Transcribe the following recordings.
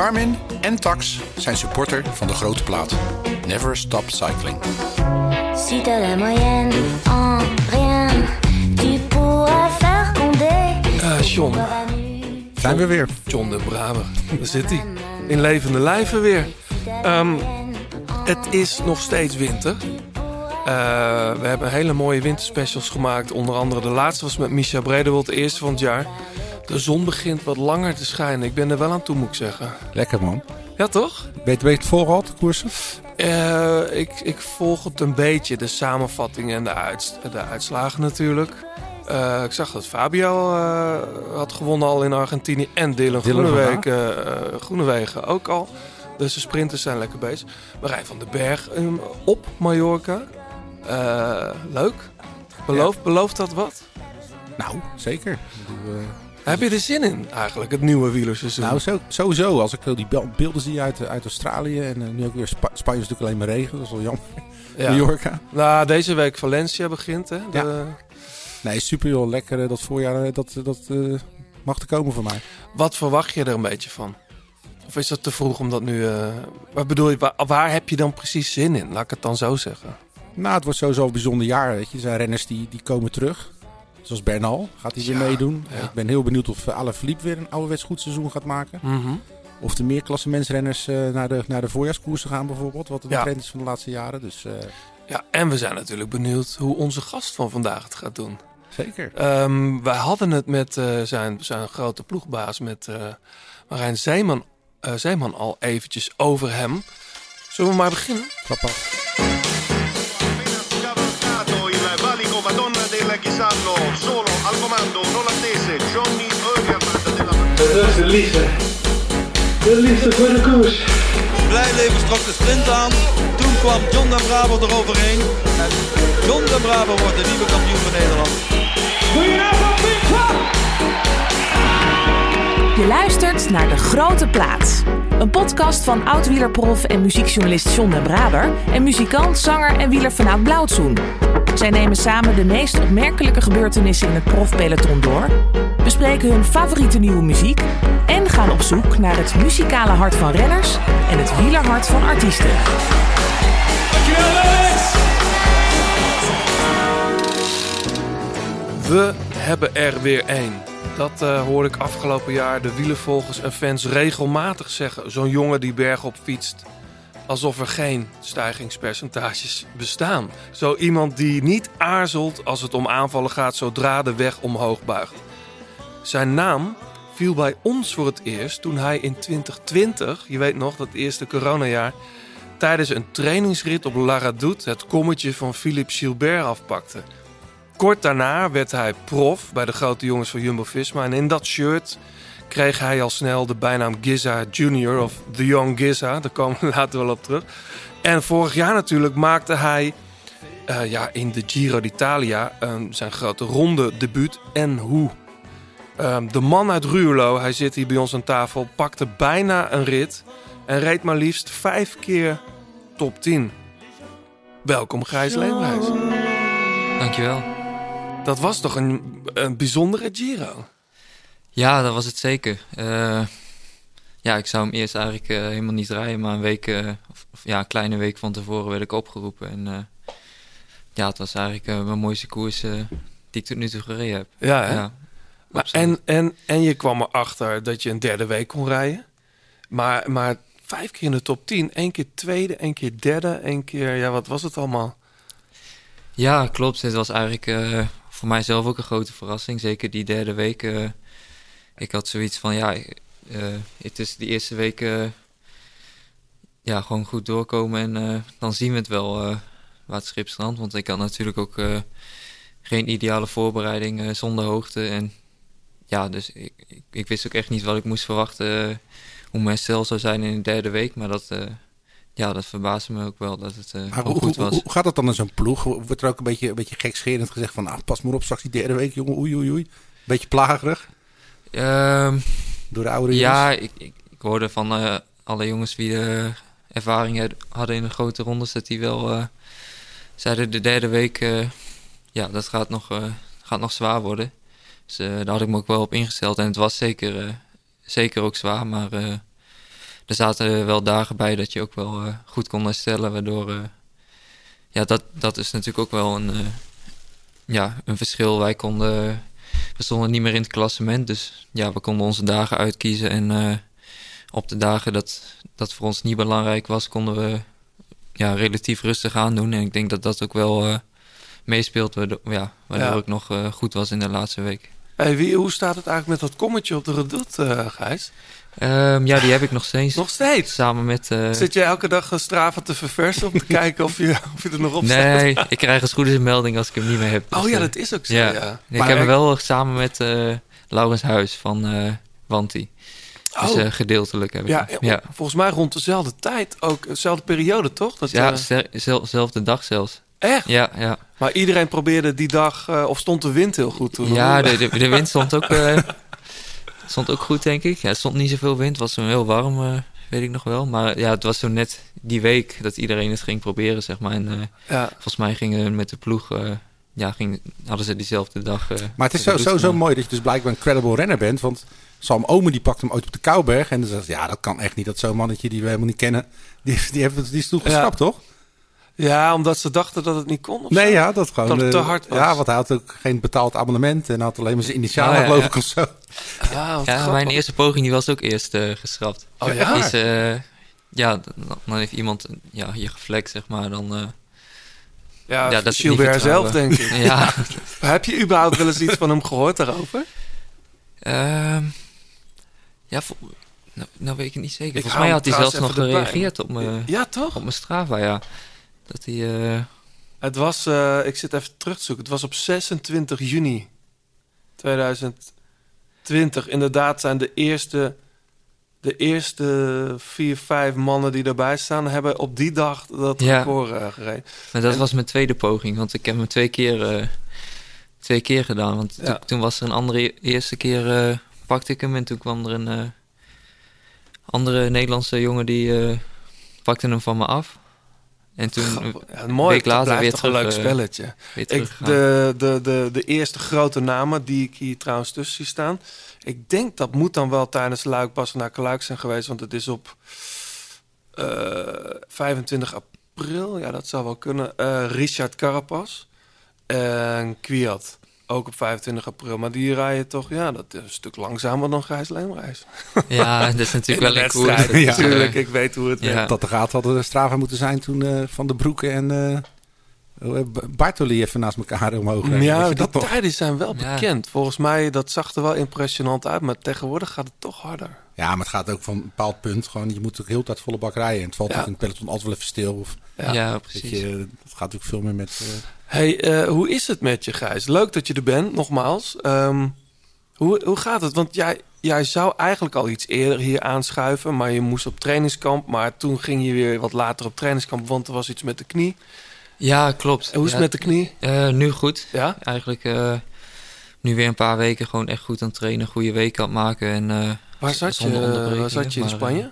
Garmin en Tax zijn supporter van de Grote Plaat. Never stop cycling. Si t'as la moyenne en rien, tu pourras faire condé. John. Zijn we weer. John de Braber. Daar zit hij. In levende lijven weer. Het is nog steeds winter. We hebben hele mooie winterspecials gemaakt. Onder andere de laatste was met Misha Bredewold, de eerste van het jaar. De zon begint wat langer te schijnen. Ik ben er wel aan toe, moet ik zeggen. Lekker, man. Ja, toch? Weet je het volgehaald, de koersen? Ik volg het een beetje. De samenvattingen en de uitslagen natuurlijk. Ik zag dat Fabio had gewonnen al in Argentinië. En Dylan Groenewegen ook al. Dus de sprinters zijn lekker bezig. Marijn van den Berg op Mallorca. Leuk. Belooft dat wat? Nou, zeker. Heb je er zin in eigenlijk, het nieuwe wielerseizoen? Nou, sowieso. Als ik die beelden zie uit Australië en nu ook weer Spanje is natuurlijk alleen maar regen. Dat is wel jammer. Ja. Mallorca. Nou, deze week Valencia begint, hè? Nee, super joh. Lekker dat voorjaar. Dat mag er komen voor mij. Wat verwacht je er een beetje van? Of is dat te vroeg om dat nu... Wat bedoel je, waar heb je dan precies zin in? Laat ik het dan zo zeggen. Nou, het wordt sowieso een bijzonder jaar. Weet je. Er zijn renners die komen terug. Zoals Bernal gaat hij weer meedoen. Ja. Ik ben heel benieuwd of Alaphilippe weer een ouderwets goed seizoen gaat maken. Mm-hmm. Of er meer klassementsrenners naar de voorjaarskoersen gaan bijvoorbeeld. Wat de trend is van de laatste jaren. Dus, Ja, en we zijn natuurlijk benieuwd hoe onze gast van vandaag het gaat doen. Zeker. Wij hadden het met zijn grote ploegbaas, met Marijn Zeeman al eventjes over hem. Zullen we maar beginnen? Klap af. Dat is de liefde. De liefde voor de koers. Blijleven trok de sprint aan. Toen kwam John de Braber eroverheen. En John de Braber wordt de nieuwe kampioen van Nederland. Je luistert naar De Grote Plaat. Een podcast van oud-wielerprof en muziekjournalist John de Braber en muzikant, zanger en wielerfanaat Blauwtsoen. Zij nemen samen de meest opmerkelijke gebeurtenissen in het profpeloton door, bespreken hun favoriete nieuwe muziek en gaan op zoek naar het muzikale hart van renners en het wielerhart van artiesten. We hebben er weer één. Dat hoorde ik afgelopen jaar de wielervolgers en fans regelmatig zeggen. Zo'n jongen die bergop fietst. Alsof er geen stijgingspercentages bestaan. Zo iemand die niet aarzelt als het om aanvallen gaat zodra de weg omhoog buigt. Zijn naam viel bij ons voor het eerst toen hij in 2020, je weet nog, dat eerste coronajaar, tijdens een trainingsrit op La Redoute het kommetje van Philippe Gilbert afpakte. Kort daarna werd hij prof bij de grote jongens van Jumbo-Visma. En in dat shirt kreeg hij al snel de bijnaam Giza Junior of The Young Giza. Daar komen we later wel op terug. En vorig jaar natuurlijk maakte hij in de Giro d'Italia zijn grote ronde debuut. En hoe? De man uit Ruurlo, hij zit hier bij ons aan tafel, pakte bijna een rit en reed maar liefst 5 keer top 10. Welkom Gijs Leemhuis. Dankjewel. Dat was toch een bijzondere Giro? Ja, dat was het zeker. Ik zou hem eerst eigenlijk helemaal niet rijden, maar een kleine week van tevoren werd ik opgeroepen. En het was eigenlijk mijn mooiste koers die ik tot nu toe gereden heb. Ja, hè? Ja, maar en je kwam erachter dat je een derde week kon rijden. Maar 5 keer in de top 10, 1 keer tweede, 1 keer derde, 1 keer... wat was het allemaal? Ja, klopt. Het was eigenlijk voor mijzelf ook een grote verrassing. Zeker die derde week. Ik had zoiets van, het is die eerste week gewoon goed doorkomen. En dan zien we het wel waar het schip strandt. Want ik had natuurlijk ook geen ideale voorbereiding zonder hoogte. En dus ik wist ook echt niet wat ik moest verwachten. Hoe mijn herstel zou zijn in de derde week. Maar dat verbaasde me ook wel dat het goed was. Hoe gaat dat dan in zo'n ploeg? Wordt er ook een beetje gekscherend gezegd van... pas maar op, straks die derde week, jongen, oei. Beetje plagerig? Door de oude jongens? Ja, ik hoorde van alle jongens die de ervaring hadden in de grote rondes... dat die wel zeiden de derde week... dat gaat nog zwaar worden. Dus daar had ik me ook wel op ingesteld. En het was zeker ook zwaar, maar... er zaten wel dagen bij dat je ook wel goed kon herstellen. Waardoor, dat is natuurlijk ook wel een verschil. We stonden niet meer in het klassement. Dus ja, we konden onze dagen uitkiezen. En op de dagen dat voor ons niet belangrijk was, konden we relatief rustig aandoen. En ik denk dat dat ook wel meespeelt, waardoor ik nog goed was in de laatste week. Hey, hoe staat het eigenlijk met dat kommetje op de redoute, Gijs? Die heb ik nog steeds. Nog steeds? Samen met... Zit jij elke dag Strava te verversen om te kijken of je er nog op staat? Nee, ik krijg als goed is een melding als ik hem niet meer heb. Dus, dat is ook zo, ja. ja. Ik heb hem wel samen met Laurens Huis van Wanti. Dus gedeeltelijk heb ik hem. Volgens mij rond dezelfde tijd ook, dezelfde periode, toch? Zelfde dag zelfs. Echt? Ja. Maar iedereen probeerde die dag, of stond de wind heel goed toen? Ja, de wind stond ook goed, denk ik. Ja, er stond niet zoveel wind, het was heel warm, weet ik nog wel. Maar ja, het was zo net die week dat iedereen het ging proberen, zeg maar. En volgens mij gingen met de ploeg, hadden ze diezelfde dag... maar het is zo mooi dat je dus blijkbaar een credible renner bent, want... Sam Omen die pakt hem ooit op de Kouberg. En dan zegt dat kan echt niet. Dat zo'n mannetje die we helemaal niet kennen. Die is toen geschrapt, toch? Ja, omdat ze dachten dat het niet kon? Nee, ja, dat gewoon... Dat het te hard was. Ja, want hij had ook geen betaald abonnement. En had alleen maar zijn initialen, geloof ik, of zo. Mijn eerste poging die was ook eerst geschrapt. Oh ja? Dan heeft iemand je geflekt, zeg maar. Dan... dat is Gilbert zelf, denk ik. Ja. Heb je überhaupt wel eens iets van hem gehoord daarover? Nou weet ik het niet zeker. Volgens mij had hij zelfs nog gereageerd op mijn op mijn Strava, ja. Dat hij... Het was, ik zit even terug te zoeken. Het was op 26 juni 2020. Inderdaad zijn de eerste 4-5 mannen die erbij staan... hebben op die dag dat record gereden. Maar dat was mijn tweede poging, want ik heb hem twee keer gedaan. Want toen was er een andere eerste keer... pakte ik hem en toen kwam er een andere Nederlandse jongen die pakte hem van me af. En toen mooi, week later weer toch terug. Een leuk spelletje. De eerste grote namen die ik hier trouwens tussen zie staan. Ik denk dat moet dan wel tijdens Luik Bastenaken-Luik zijn geweest, want het is op 25 april. Ja, dat zou wel kunnen. Richard Carapaz en Kwiat. Ook op 25 april. Maar die rijden toch... Ja, dat is een stuk langzamer dan Gijs Leemreis. Ja, dat is natuurlijk wel een koers. Natuurlijk, ik weet hoe het werkt. Dat de gaten hadden de Strava moeten zijn toen Van der Broeke en Bartoli even naast elkaar omhoog. Ja, die tijden zijn wel bekend. Volgens mij, dat zag er wel impressionant uit. Maar tegenwoordig gaat het toch harder. Ja, maar het gaat ook van een bepaald punt. Gewoon, je moet ook heel tijd volle bak rijden. En het valt ook in het peloton altijd wel even stil. Of, precies. Het gaat natuurlijk veel meer met... Hey, hoe is het met je, Gijs? Leuk dat je er bent, nogmaals. Hoe gaat het? Want jij zou eigenlijk al iets eerder hier aanschuiven... maar je moest op trainingskamp. Maar toen ging je weer wat later op trainingskamp... want er was iets met de knie. Ja, klopt. Hoe is het met de knie? Nu goed. Ja? Eigenlijk nu weer een paar weken gewoon echt goed aan het trainen. Goede weken aan het maken. En, Waar zat je in Spanje?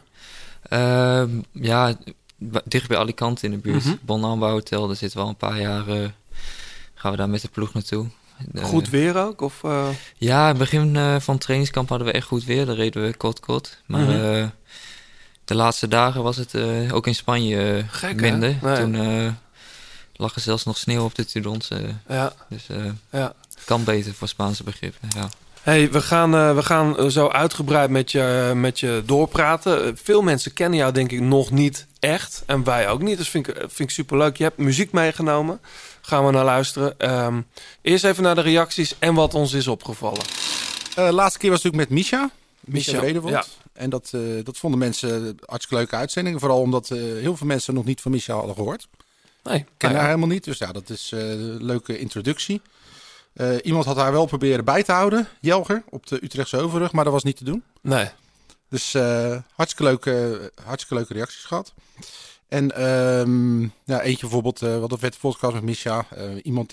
Dicht bij Alicante in de buurt. Bonamba Hotel, daar zitten we al een paar jaar... gaan we daar met de ploeg naartoe. Goed weer ook? Of, Ja, in het begin van het trainingskamp hadden we echt goed weer. Daar reden we kort. Maar de laatste dagen was het ook in Spanje minder. Nee. Toen lag er zelfs nog sneeuw op de Tudons. Dus kan beter voor Spaanse begrippen. Ja. Hey, we gaan zo uitgebreid met je doorpraten. Veel mensen kennen jou denk ik nog niet echt. En wij ook niet. Dus vind ik superleuk. Je hebt muziek meegenomen. Gaan we naar luisteren. Eerst even naar de reacties en wat ons is opgevallen. Laatste keer was natuurlijk met Misha Bredewold. Ja. En dat vonden mensen hartstikke leuke uitzendingen. Vooral omdat heel veel mensen nog niet van Misha hadden gehoord. Nee. Kennen haar helemaal niet. Dus ja, dat is een leuke introductie. Iemand had haar wel proberen bij te houden. Jelger, op de Utrechtse Overrug. Maar dat was niet te doen. Nee. Dus hartstikke leuke reacties gehad. En eentje bijvoorbeeld, wat een vette podcast met Misha. Iemand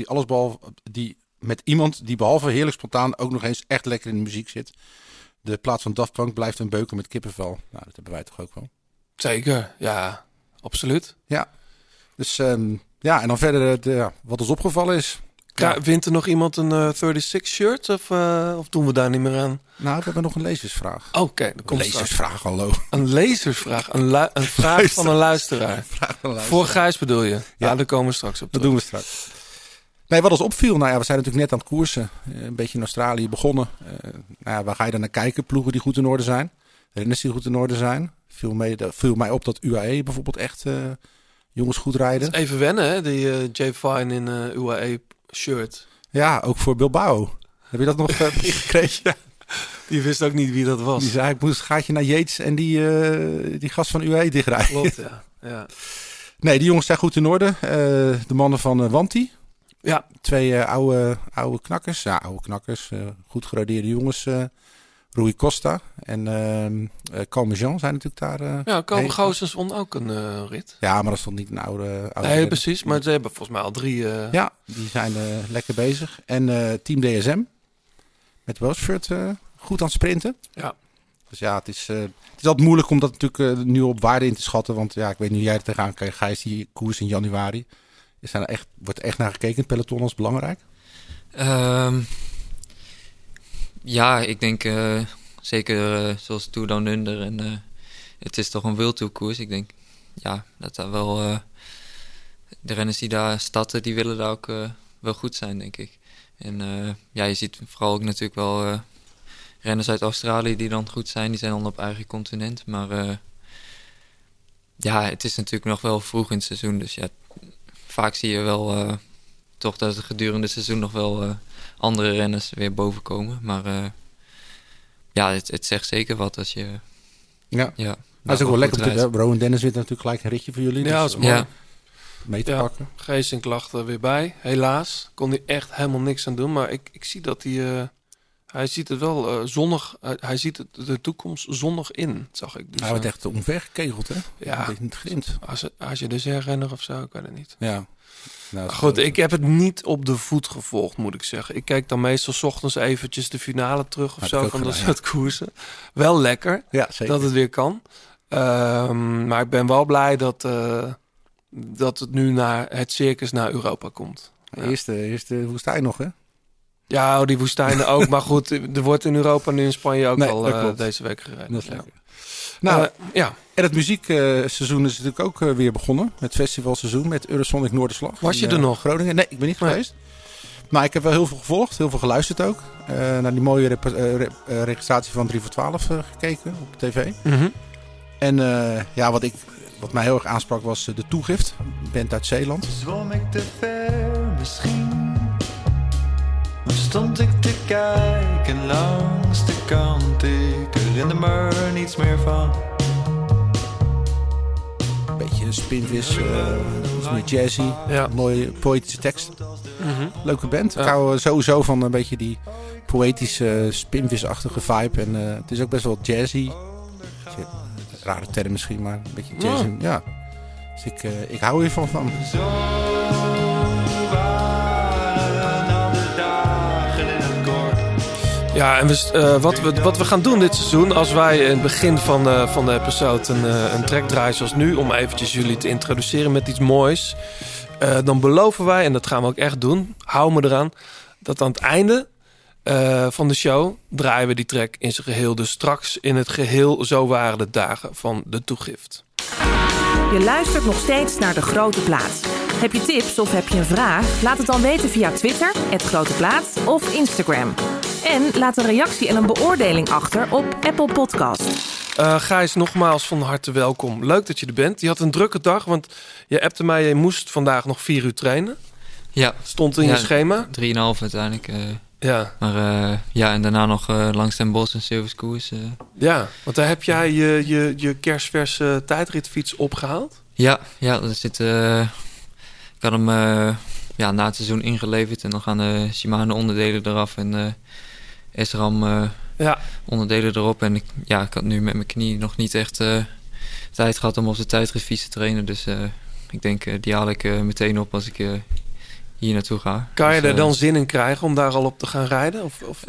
die behalve heerlijk spontaan ook nog eens echt lekker in de muziek zit. De plaats van Daft Punk blijft een beuken met kippenvel. Nou, dat hebben wij toch ook wel. Zeker, ja. Absoluut. Ja. Dus en dan verder wat ons opgevallen is. Wint er nog iemand een 36 shirt? Of doen we daar niet meer aan? Nou, we hebben nog een lezersvraag. Oké, Een lezersvraag, hallo. Een lezersvraag. Een vraag van een luisteraar. Voor Gijs bedoel je? Ja, daar komen we straks op terug. Dat doen we straks. Nee, wat ons opviel, we zijn natuurlijk net aan het koersen. Een beetje in Australië begonnen. Waar ga je dan naar kijken? Ploegen die goed in orde zijn. Renners die goed in orde zijn. Viel mij op dat UAE bijvoorbeeld echt jongens goed rijden. Even wennen, hè? Die Jay Fine in UAE shirt. Ja, ook voor Bilbao. Heb je dat nog gekregen? Ja. Die wist ook niet wie dat was. Die zei, ik moest een gaatje naar Yates en die gast van UAE dichtrijden. Klopt, ja. Nee, die jongens zijn goed in orde. De mannen van Wanty. Ja. 2 oude knakkers. Ja, oude knakkers. Goed gerodeerde jongens. Rui Costa en Calme Jean zijn natuurlijk daar. Calme Goossens won ook een rit. Ja, maar dat is toch niet een oude nee, precies. Maar ze hebben volgens mij al 3... Ja, die zijn lekker bezig. En Team DSM met Welsford goed aan het sprinten. Ja. Dus ja, het is altijd moeilijk om dat natuurlijk nu op waarde in te schatten. Want ja, ik weet niet hoe jij er tegenaan kijkt. Gijs, die koers in januari. Wordt er echt naar gekeken, het peloton als belangrijk? Ja, ik denk zeker zoals Tour Down Under. En het is toch een World Tour koers. Ik denk dat daar wel... de renners die daar starten, die willen daar ook wel goed zijn, denk ik. En je ziet vooral ook natuurlijk wel renners uit Australië die dan goed zijn. Die zijn dan op eigen continent. Maar het is natuurlijk nog wel vroeg in het seizoen. Dus ja, vaak zie je wel toch dat het gedurende het seizoen nog wel andere renners weer boven komen. Maar het zegt zeker wat als je... Ja. Dat is ook wel lekker. Rowan Dennis wint natuurlijk gelijk een ritje voor jullie. Ja, dat is mooi. Mee te pakken. Geesink lag er weer bij. Helaas kon hij echt helemaal niks aan doen. Maar ik zie dat hij ziet het wel zonnig. Hij ziet de toekomst zonnig in, zag ik. Dus, hij wordt echt omvergekegeld, hè? Ja. Het grint. Als je dus renner of zo, ik weet het niet. Ja. Nou, goed, ik heb het niet op de voet gevolgd, moet ik zeggen. Ik kijk dan meestal 's ochtends eventjes de finale terug of zo van dat soort koersen. Wel lekker dat het weer kan. Maar ik ben wel blij dat het nu naar het circus naar Europa komt. Ja. Eerste woestijn nog, hè? Ja, die woestijnen ook. Maar goed, er wordt in Europa nu in Spanje ook al deze week gereden. Dat is lekker. En het muziekseizoen is natuurlijk ook weer begonnen. Het festivalseizoen met Eurosonic Noorderslag. Was je er nog? Groningen? Nee, ik ben niet geweest. Maar ik heb wel heel veel gevolgd. Heel veel geluisterd ook. Naar die mooie registratie van 3 voor 12 gekeken op tv. Mm-hmm. En wat mij heel erg aansprak was De Toegift. Een band uit Zeeland. Zwom ik te ver misschien? Of stond ik te kijken langs de kant? Ik herinner me er niets meer van. Een beetje spinvis, iets meer jazzy. Ja. Mooie poëtische tekst. Mm-hmm. Leuke band. Ik hou sowieso van een beetje die poëtische spinvisachtige vibe. En het is ook best wel jazzy. Rare term misschien, maar een beetje jazzy. Oh. Ja. Dus ik hou hiervan van. Ja, en wat we gaan doen dit seizoen, als wij in het begin van de episode een track draaien zoals nu, om eventjes jullie te introduceren met iets moois, dan beloven wij, en dat gaan we ook echt doen, hou me eraan, dat aan het einde van de show draaien we die track in zijn geheel. Dus straks in het geheel Zo waren de dagen van De Toegift. Je luistert nog steeds naar De Grote Plaat. Heb je tips of heb je een vraag? Laat het dan weten via Twitter, @groteplaat of Instagram. En laat een reactie en een beoordeling achter op Apple Podcast. Gijs, nogmaals van harte welkom. Leuk dat je er bent. Je had een drukke dag, want je appte mij, je moest vandaag nog 4 uur trainen. Ja. Stond in je schema. 3,5 uiteindelijk. Ja. Maar en daarna nog langs Den Bosch een servicekoers. Ja, want daar heb jij je kerstverse tijdritfiets opgehaald? Ja, er zit... ik had hem na het seizoen ingeleverd en dan gaan de Shimano onderdelen eraf en SRAM onderdelen erop. En ik had nu met mijn knie nog niet echt tijd gehad om op de tijdritfiets te trainen. Dus ik denk, die haal ik meteen op als ik hier naartoe ga. Kan je er dan zin in krijgen om daar al op te gaan rijden?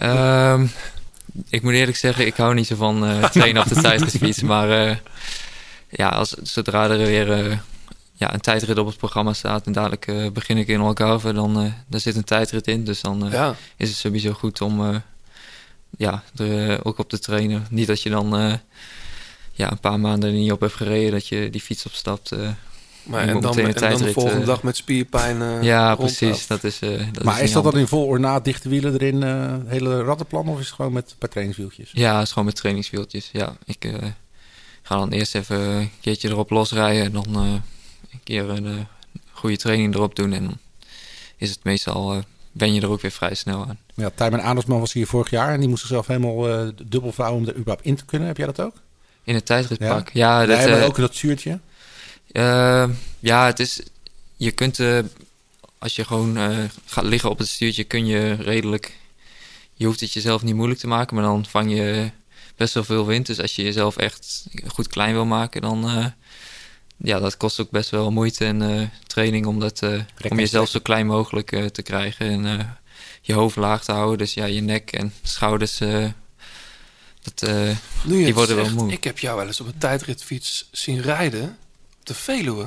Ik moet eerlijk zeggen, ik hou niet zo van trainen op de tijdritfiets. Maar zodra er weer een tijdrit op het programma staat... en dadelijk begin ik in Algarve, dan daar zit een tijdrit in. Dus dan is het sowieso goed om er ook op te trainen. Niet dat je dan een paar maanden er niet op hebt gereden... dat je die fiets opstapt... Maar en dan de volgende dag met spierpijn ja, precies. Dat is maar is dat dan in vol ornaat, dichte wielen erin, hele rattenplan... of is het gewoon met een paar trainingswieltjes? Ja, het is gewoon met trainingswieltjes. Ja, ik ga dan eerst even een keertje erop losrijden... en dan een keer een goede training erop doen... en dan is het meestal, ben je er ook weer vrij snel aan. Ja, Tijmen Arendsman was hier vorig jaar... en die moest zichzelf helemaal dubbel vouwen om er überhaupt in te kunnen. Heb jij dat ook? In het tijdritpak? Ja, maar ook in dat zuurtje? Het is... Je kunt... als je gewoon gaat liggen op het stuurtje... kun je redelijk... Je hoeft het jezelf niet moeilijk te maken... maar dan vang je best wel veel wind. Dus als je jezelf echt goed klein wil maken... dan... dat kost ook best wel moeite en training... om jezelf zo klein mogelijk te krijgen. En je hoofd laag te houden. Dus ja, je nek en schouders... die worden wel moe. Ik heb jou wel eens op een tijdritfiets zien rijden... op de Veluwe.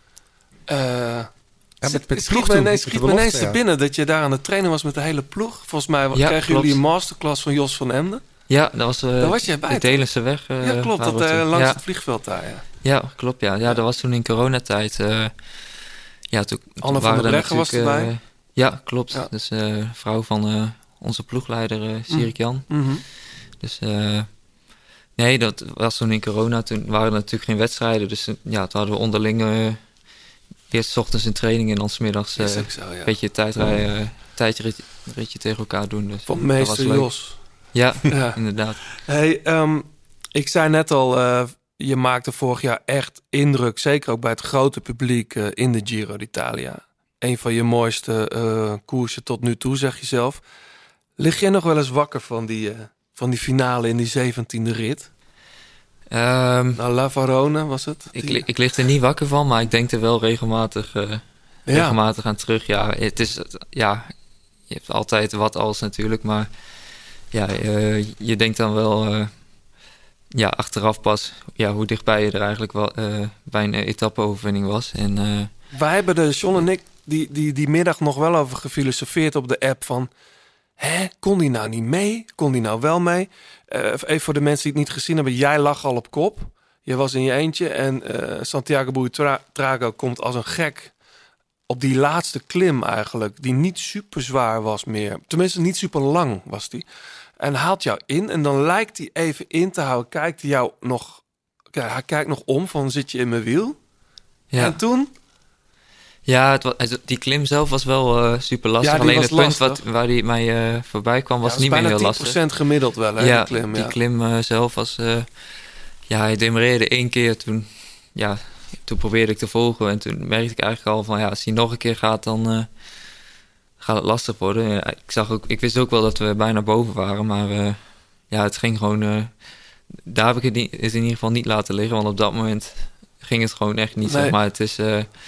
Het schiet me ineens te binnen dat je daar aan het trainen was met de hele ploeg. Volgens mij kregen jullie een masterclass van Jos van Emden. Ja, daar was jij bij. De Delense weg. Ja, klopt. Dat langs het vliegveld daar. Ja, klopt. Ja, dat was toen in coronatijd. Toen Anne van der Breggen was erbij. Ja, klopt. Ja. Dus vrouw van onze ploegleider Sirik Jan. Mm-hmm. Dus nee, dat was toen in corona. Toen waren er natuurlijk geen wedstrijden. Dus toen hadden we onderling... eerst 's ochtends een training en dan 's middags een beetje tijdritje tegen elkaar doen. Dus van meester Jos. Ja, inderdaad. Hey, ik zei net al, je maakte vorig jaar echt indruk. Zeker ook bij het grote publiek in de Giro d'Italia. Een van je mooiste koersen tot nu toe, zeg je zelf. Lig je nog wel eens wakker van die finale in die 17e rit? La Varone was het? Ik lig er niet wakker van, maar ik denk er wel regelmatig aan terug. Ja, het is, je hebt altijd wat als natuurlijk, maar je denkt dan wel achteraf pas hoe dichtbij je er eigenlijk wel bij een etappe-overwinning was. En wij hebben er, John en ik, die middag nog wel over gefilosofeerd op de app van... kon die nou niet mee? Kon die nou wel mee? Even voor de mensen die het niet gezien hebben. Jij lag al op kop. Je was in je eentje. En Santiago Buitrago komt als een gek op die laatste klim eigenlijk. Die niet super zwaar was meer. Tenminste niet super lang was die. En haalt jou in. En dan lijkt hij even in te houden. Kijkt hij jou nog... Hij kijkt nog om van zit je in mijn wiel? Ja. En toen... Ja, die klim zelf was wel super lastig. Ja, alleen het punt waar die mij voorbij kwam was niet meer heel lastig. 10% gemiddeld wel, hè? Ja, die klim, die klim zelf was... hij demareerde 1 keer. Toen probeerde ik te volgen. En toen merkte ik eigenlijk al van... als hij nog een keer gaat, dan gaat het lastig worden. Ik wist ook wel dat we bijna boven waren. Maar het ging gewoon... daar heb ik het in ieder geval niet laten liggen. Want op dat moment ging het gewoon echt niet. Nee. Zeg maar het is...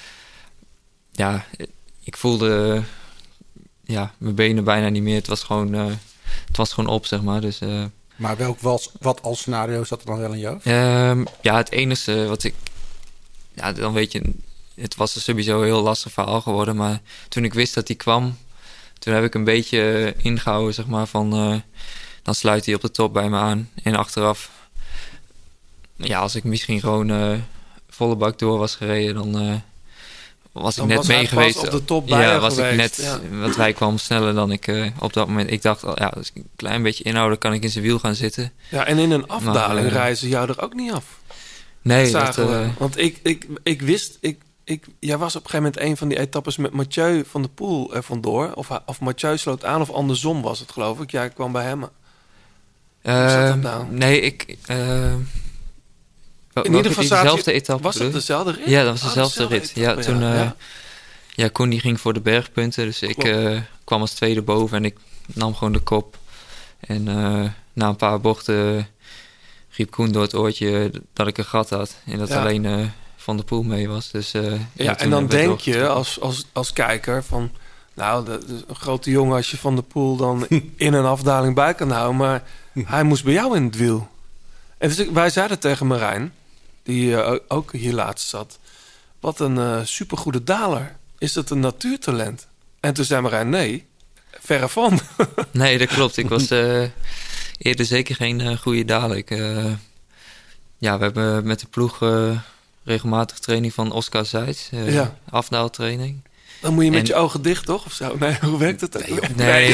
ik voelde mijn benen bijna niet meer. Het was gewoon op, zeg maar. Dus, maar wat als scenario zat er dan wel in je hoofd? Het enige wat ik... Ja, dan weet je... Het was er sowieso een heel lastig verhaal geworden. Maar toen ik wist dat hij kwam... Toen heb ik een beetje ingehouden, zeg maar, van... dan sluit hij op de top bij me aan. En achteraf... als ik misschien gewoon volle bak door was gereden... Dan was ik net mee geweest. Op de top bij was geweest. Ik net, want hij kwam sneller dan ik op dat moment. Ik dacht, als ik een klein beetje inhouden, kan ik in zijn wiel gaan zitten. Ja, en in een afdaling reizen jou er ook niet af. Nee, want ik wist, jij was op een gegeven moment een van die etappes met Mathieu van der Poel er vandoor. Of Mathieu sloot aan, of andersom was het, geloof ik. Jij kwam bij hem. Hoe zat dat nou? Nee, in ieder geval dezelfde etappe. Was het dezelfde rit? Ja, dat was dezelfde rit. Ja, toen Koen die ging voor de bergpunten. Dus ik kwam als tweede boven en ik nam gewoon de kop. En na een paar bochten riep Koen door het oortje dat ik een gat had. En dat alleen Van der Poel mee was. Dus, en dan denk je als kijker van... Nou, een grote jongen als je Van der Poel dan in een afdaling bij kan houden. Maar hij moest bij jou in het wiel. En dus wij zeiden tegen Marijn... die ook hier laatst zat... wat een supergoede daler. Is dat een natuurtalent? En toen zei Marijn, nee, verre van. Nee, dat klopt. Ik was eerder zeker geen goede daler. We hebben met de ploeg regelmatig training van Oscar Zeitz. Afdaaltraining. Dan moet je met je ogen dicht, toch? Of zo? Nee, hoe werkt het? Nee,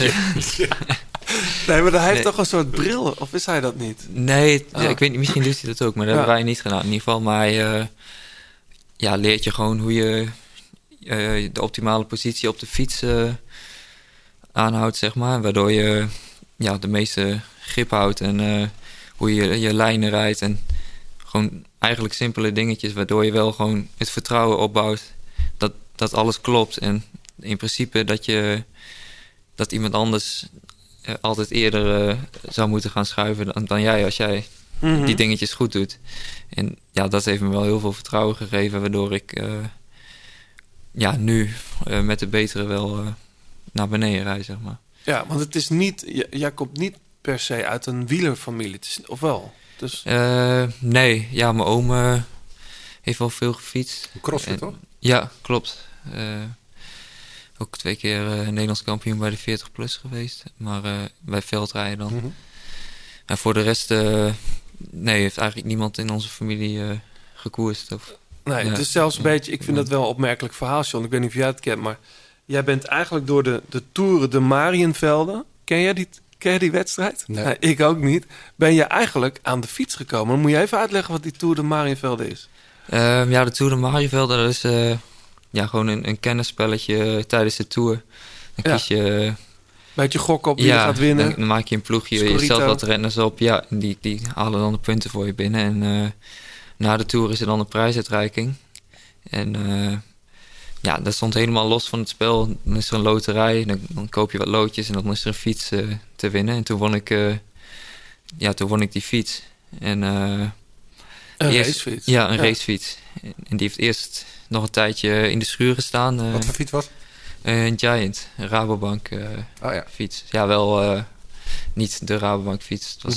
nee, maar hij heeft toch een soort bril? Of is hij dat niet? Nee, ik weet niet. Misschien doet hij dat ook, maar dat hebben wij niet gedaan. In ieder geval, maar hij leert je gewoon hoe je de optimale positie op de fiets aanhoudt, zeg maar. Waardoor je de meeste grip houdt en hoe je lijnen rijdt. En gewoon eigenlijk simpele dingetjes, waardoor je wel gewoon het vertrouwen opbouwt dat alles klopt. En in principe dat iemand anders altijd eerder zou moeten gaan schuiven dan jij, als jij die dingetjes goed doet. En dat heeft me wel heel veel vertrouwen gegeven, waardoor ik nu met de betere wel naar beneden rij, zeg maar. Ja, want het is niet, jij komt niet per se uit een wielerfamilie, of wel? Dus... nee, mijn oom heeft wel veel gefietst. Crossfit, toch? Ja, klopt. Ook 2 keer Nederlands kampioen bij de 40 plus geweest. Maar bij veldrijden dan. Mm-hmm. En voor de rest... heeft eigenlijk niemand in onze familie gekoerst. Nee, het is zelfs een beetje... Ik vind dat wel een opmerkelijk verhaal, John. Ik weet niet of jij het kent, maar... Jij bent eigenlijk door de Tour de Mariënvelden... Ken jij die wedstrijd? Nee. Ik ook niet. Ben je eigenlijk aan de fiets gekomen? Dan moet je even uitleggen wat die Tour de Mariënvelden is. De Tour de Mariënvelden, dat is... gewoon een kennisspelletje tijdens de Tour. Dan kies je... Beetje gokken op wie je gaat winnen. Dan maak je een ploegje, je stelt wat renners op. Ja, en die halen dan de punten voor je binnen. En na de Tour is er dan een prijsuitreiking. En dat stond helemaal los van het spel. Dan is er een loterij, dan koop je wat loodjes... en dan is er een fiets te winnen. En toen won ik die fiets. En... Een racefiets? Ja, een racefiets. En die heeft eerst nog een tijdje in de schuur gestaan. Wat voor fiets was? Een Giant, een Rabobank fiets. Ja, wel niet de Rabobank fiets. Het was,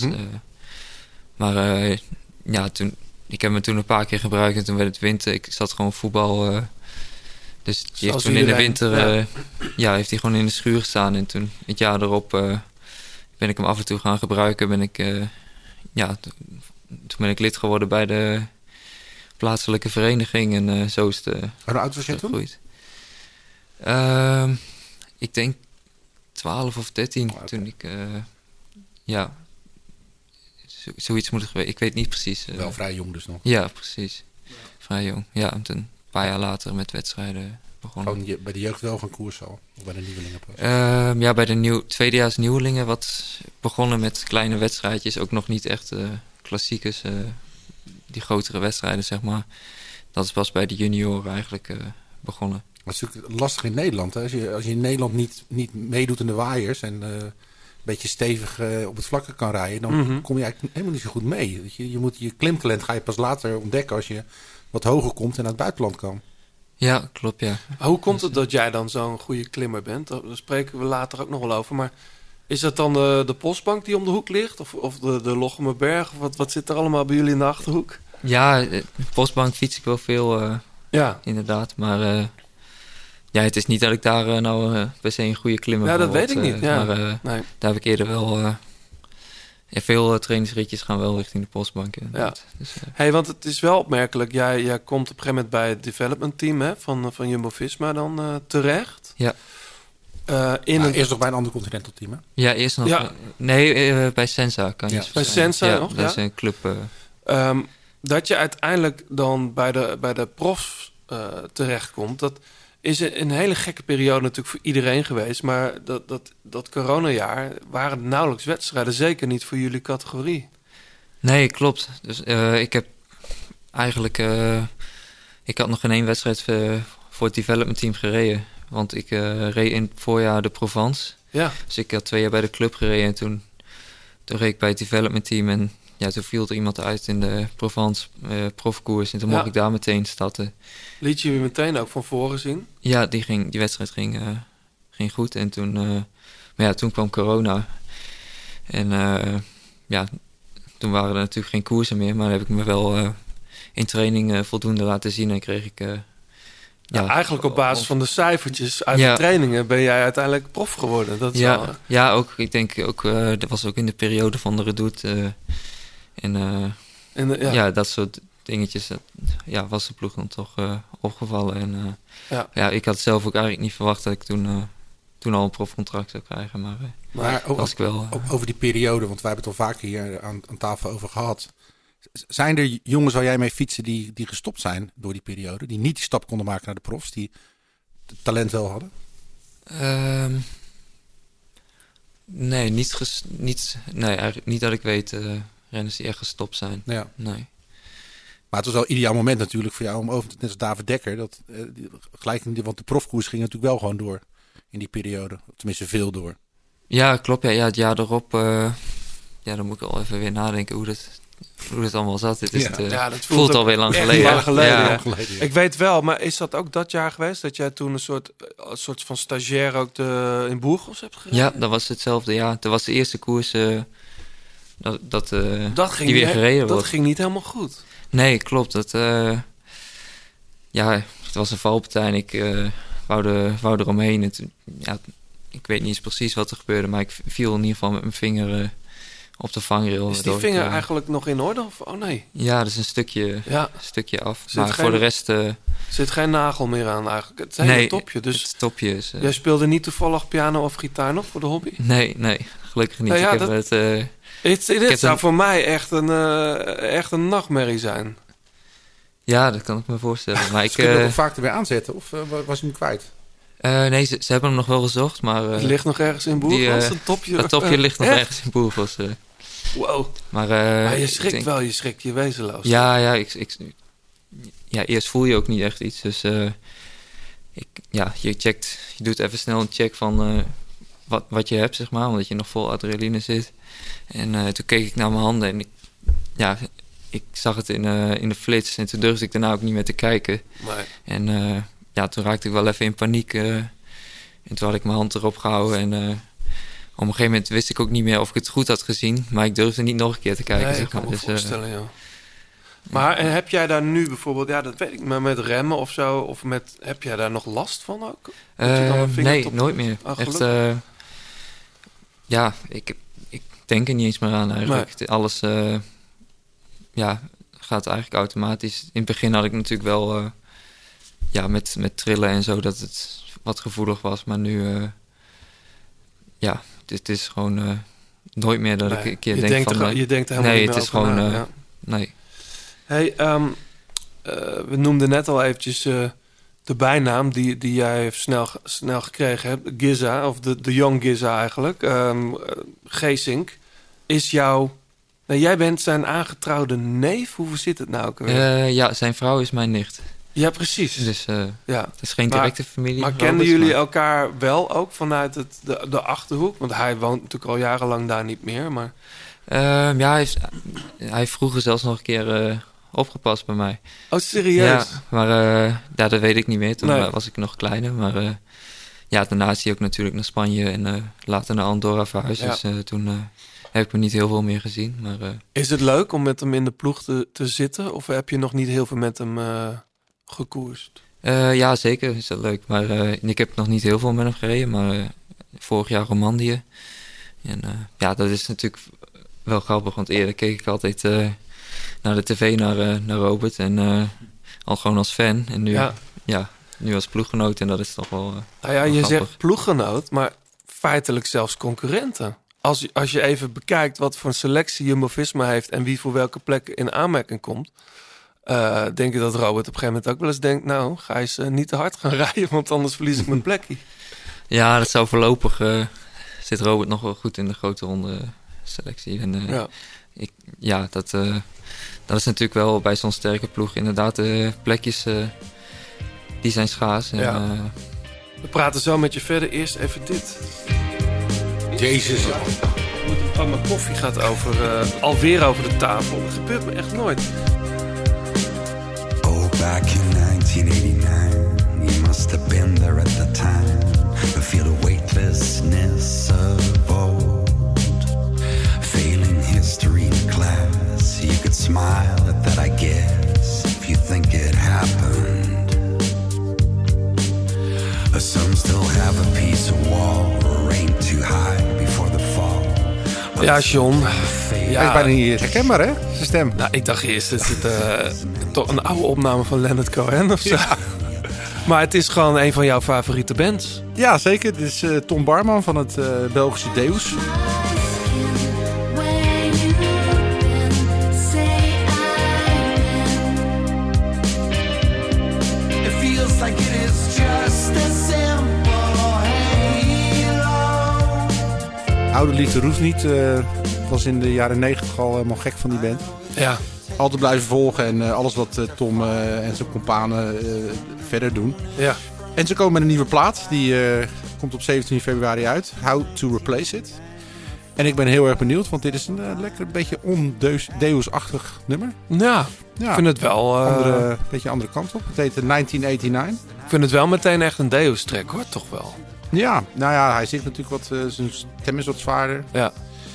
ik heb hem toen een paar keer gebruikt en toen werd het winter. Ik zat gewoon voetbal. Dus die heeft toen in de winter heeft hij gewoon in de schuur gestaan. En toen het jaar erop ben ik hem af en toe gaan gebruiken. Toen ben ik lid geworden bij de plaatselijke vereniging en zo is het hoe oud was je toen? Ik denk 12 of 13 toen ik zoiets moet geweest. Ik weet niet precies. Wel vrij jong dus nog. Ja, precies. Vrij jong. Ja, en toen een paar jaar later met wedstrijden begonnen. Gewoon bij de jeugd wel van koers al? Of bij de nieuwelingen pas? Bij de tweedejaars nieuwelingen wat begonnen met kleine wedstrijdjes. Ook nog niet echt klassiekers, die grotere wedstrijden, zeg maar. Dat is pas bij de junioren eigenlijk begonnen. Dat is natuurlijk lastig in Nederland. Hè? Als je in Nederland niet meedoet in de waaiers en een beetje stevig op het vlakke kan rijden, dan kom je eigenlijk helemaal niet zo goed mee. Je klimtalent ga je pas later ontdekken als je wat hoger komt en naar het buitenland kan. Ja, klopt, ja. Hoe komt het dat jij dan zo'n goede klimmer bent? Daar spreken we later ook nog wel over, maar is dat dan de postbank die om de hoek ligt? Of de Lochemerberg? Of wat zit er allemaal bij jullie in de Achterhoek? Ja, de postbank fiets ik wel veel, inderdaad. Maar het is niet dat ik daar per se een goede klimmer ben. Ja, dat weet ik niet. Ja. Maar daar heb ik eerder wel... veel trainingsritjes gaan wel richting de postbank. Ja. Dus, want het is wel opmerkelijk. Jij komt op een gegeven moment bij het development team van Jumbo-Visma dan terecht. Ja. Eerst nog bij een ander continental team, hè? Ja, eerst nog... Ja. Bij Sensa kan je... Bij Sensa nog, dat is een club... dat je uiteindelijk dan bij de profs terechtkomt, dat is een hele gekke periode natuurlijk voor iedereen geweest. Maar dat coronajaar waren nauwelijks wedstrijden. Zeker niet voor jullie categorie. Nee, klopt. Dus ik heb eigenlijk... ik had nog geen 1 wedstrijd voor het development team gereden. Want ik reed in het voorjaar de Provence. Ja. Dus ik had 2 jaar bij de club gereden. En toen reed ik bij het development team. En toen viel er iemand uit in de Provence profkoers. En toen mocht ik daar meteen starten. Liet je meteen ook van voren zien? Ja, die wedstrijd ging goed. En toen, toen kwam corona. En toen waren er natuurlijk geen koersen meer. Maar dan heb ik me wel in training voldoende laten zien en kreeg ik... eigenlijk op basis van de cijfertjes uit de trainingen ben jij uiteindelijk prof geworden. Dat is wel... ook. Ik denk ook, dat was ook in de periode van de Redoute. Dat soort dingetjes. Was de ploeg dan toch opgevallen. En ik had zelf ook eigenlijk niet verwacht dat ik toen al een profcontract zou krijgen. Maar was ik wel... over die periode, want wij hebben het al vaker hier aan tafel over gehad. Zijn er jongens waar jij mee fietsen die gestopt zijn door die periode? Die niet die stap konden maken naar de profs, die het talent wel hadden? Nee, eigenlijk niet dat ik weet renners die echt gestopt zijn. Ja. Nee. Maar het was wel een ideaal moment natuurlijk voor jou om over, net als David Dekker, want de profkoers ging natuurlijk wel gewoon door in die periode. Tenminste veel door. Ja, klopt. Ja, het jaar erop, dan moet ik al even weer nadenken hoe dat allemaal zat. Het voelt alweer lang geleden. Lang geleden. Ik weet wel, maar is dat ook dat jaar geweest dat jij toen een soort van stagiair ook in Burgos hebt gereden? Ja, dat was hetzelfde. Ja, dat was de eerste koers dat ging die weer gereden wordt. Dat ging niet helemaal goed. Nee, klopt. Het was een valpartij en ik wou eromheen. Ik weet niet eens precies wat er gebeurde, maar ik viel in ieder geval met mijn vinger op de vangrail. Is die vinger eigenlijk nog in orde? Of? Oh nee. Ja, dat is een stukje af. Maar voor de rest... zit geen nagel meer aan eigenlijk. Het is een topje. Dus het topje is... jij speelde niet toevallig piano of gitaar nog voor de hobby? Nee, gelukkig niet. Dit zou voor mij echt een nachtmerrie zijn. Ja, dat kan ik me voorstellen. Maar kun je hem ook vaak er weer aanzetten? Of was je hem kwijt? Nee, ze hebben hem nog wel gezocht, maar... het ligt nog ergens in Burgos, een topje? Het topje ligt nog ergens in Burgos. Wow. Maar je schrikt wel, je schrikt je wezenloos. Ja, eerst voel je ook niet echt iets. Dus je doet even snel een check van wat je hebt, zeg maar. Omdat je nog vol adrenaline zit. En toen keek ik naar mijn handen en ik zag het in de flits. En toen durfde ik daarna ook niet meer te kijken. Nee. En toen raakte ik wel even in paniek. En toen had ik mijn hand erop gehouden. En op een gegeven moment wist ik ook niet meer of ik het goed had gezien. Maar ik durfde niet nog een keer te kijken. Nee, ik kan me voorstellen, ja. Maar en heb jij daar nu bijvoorbeeld... Ja, dat weet ik, maar met remmen of zo... Of heb jij daar nog last van ook? Nee, nooit meer. Echt, ik denk er niet eens meer aan eigenlijk. Nee. Alles gaat eigenlijk automatisch. In het begin had ik natuurlijk wel... met trillen en zo, dat het wat gevoelig was. Maar nu, het is gewoon nooit meer dat ik een keer denk van... Je denkt er helemaal niet meer het is gewoon... nee. Hey, we noemden net al eventjes de bijnaam die jij snel gekregen hebt. Giza, of de Young Giza eigenlijk. Geesink is jouw... jij bent zijn aangetrouwde neef. Hoe zit het nou ook weer? Zijn vrouw is mijn nicht. Ja, precies. Dus het is geen directe familie. Maar kenden jullie elkaar wel ook vanuit de Achterhoek? Want hij woont natuurlijk al jarenlang daar niet meer. Maar... hij heeft vroeger zelfs nog een keer opgepast bij mij. Oh, serieus? Ja, maar dat weet ik niet meer. Toen was ik nog kleiner. Maar daarna is hij ook natuurlijk naar Spanje en later naar Andorra verhuisd. Ja. Dus toen heb ik me niet heel veel meer gezien. Maar, is het leuk om met hem in de ploeg te zitten? Of heb je nog niet heel veel met hem gekoerst? Ja, zeker is dat leuk. Maar ik heb nog niet heel veel met hem gereden. Maar vorig jaar Romandie. En dat is natuurlijk wel grappig. Want eerder keek ik altijd naar de tv naar Robert. En al gewoon als fan. En nu als ploeggenoot. En dat is toch wel je grappig. zegt ploeggenoot, maar feitelijk zelfs concurrenten. Als je even bekijkt wat voor een selectie Jumbo-Visma heeft... en wie voor welke plek in aanmerking komt... denk je dat Robert op een gegeven moment ook wel eens denkt... nou, ga eens niet te hard gaan rijden... want anders verlies ik mijn plekje. Ja, dat zou voorlopig... zit Robert nog wel goed in de grote ronde selectie. En, dat is natuurlijk wel bij zo'n sterke ploeg... inderdaad, de plekjes die zijn schaars. En, we praten zo met je verder. Eerst even dit... Jezus. Mijn koffie gaat alweer over de tafel. Dat gebeurt me echt nooit. Oh, back in 1989, you must have been there at the time. To feel the weightlessness of old. Failing history in class, you could smile at that, I guess. high before the fall. Ja, John. Hij is bijna niet herkenbaar, hè? Zijn stem. Nou, ik dacht eerst, is het toch een oude opname van Leonard Cohen of zo? Ja. Maar het is gewoon een van jouw favoriete bands. Ja, zeker. Dit is Tom Barman van het Belgische Deus. Oude liefde roest niet. Was in de jaren 90 al helemaal gek van die band. Ja. Altijd blijven volgen en alles wat Tom en zijn companen verder doen. Ja. En ze komen met een nieuwe plaat. Die komt op 17 februari uit. How to Replace It. En ik ben heel erg benieuwd, want dit is een lekker beetje on-Deus-achtig nummer. Ja, ik vind het wel... Een beetje andere kant op. Het heet 1989. Ik vind het wel meteen echt een Deus-track, hoor. Toch wel. Ja, nou ja, hij zingt natuurlijk wat... zijn stem is wat zwaarder. Ja.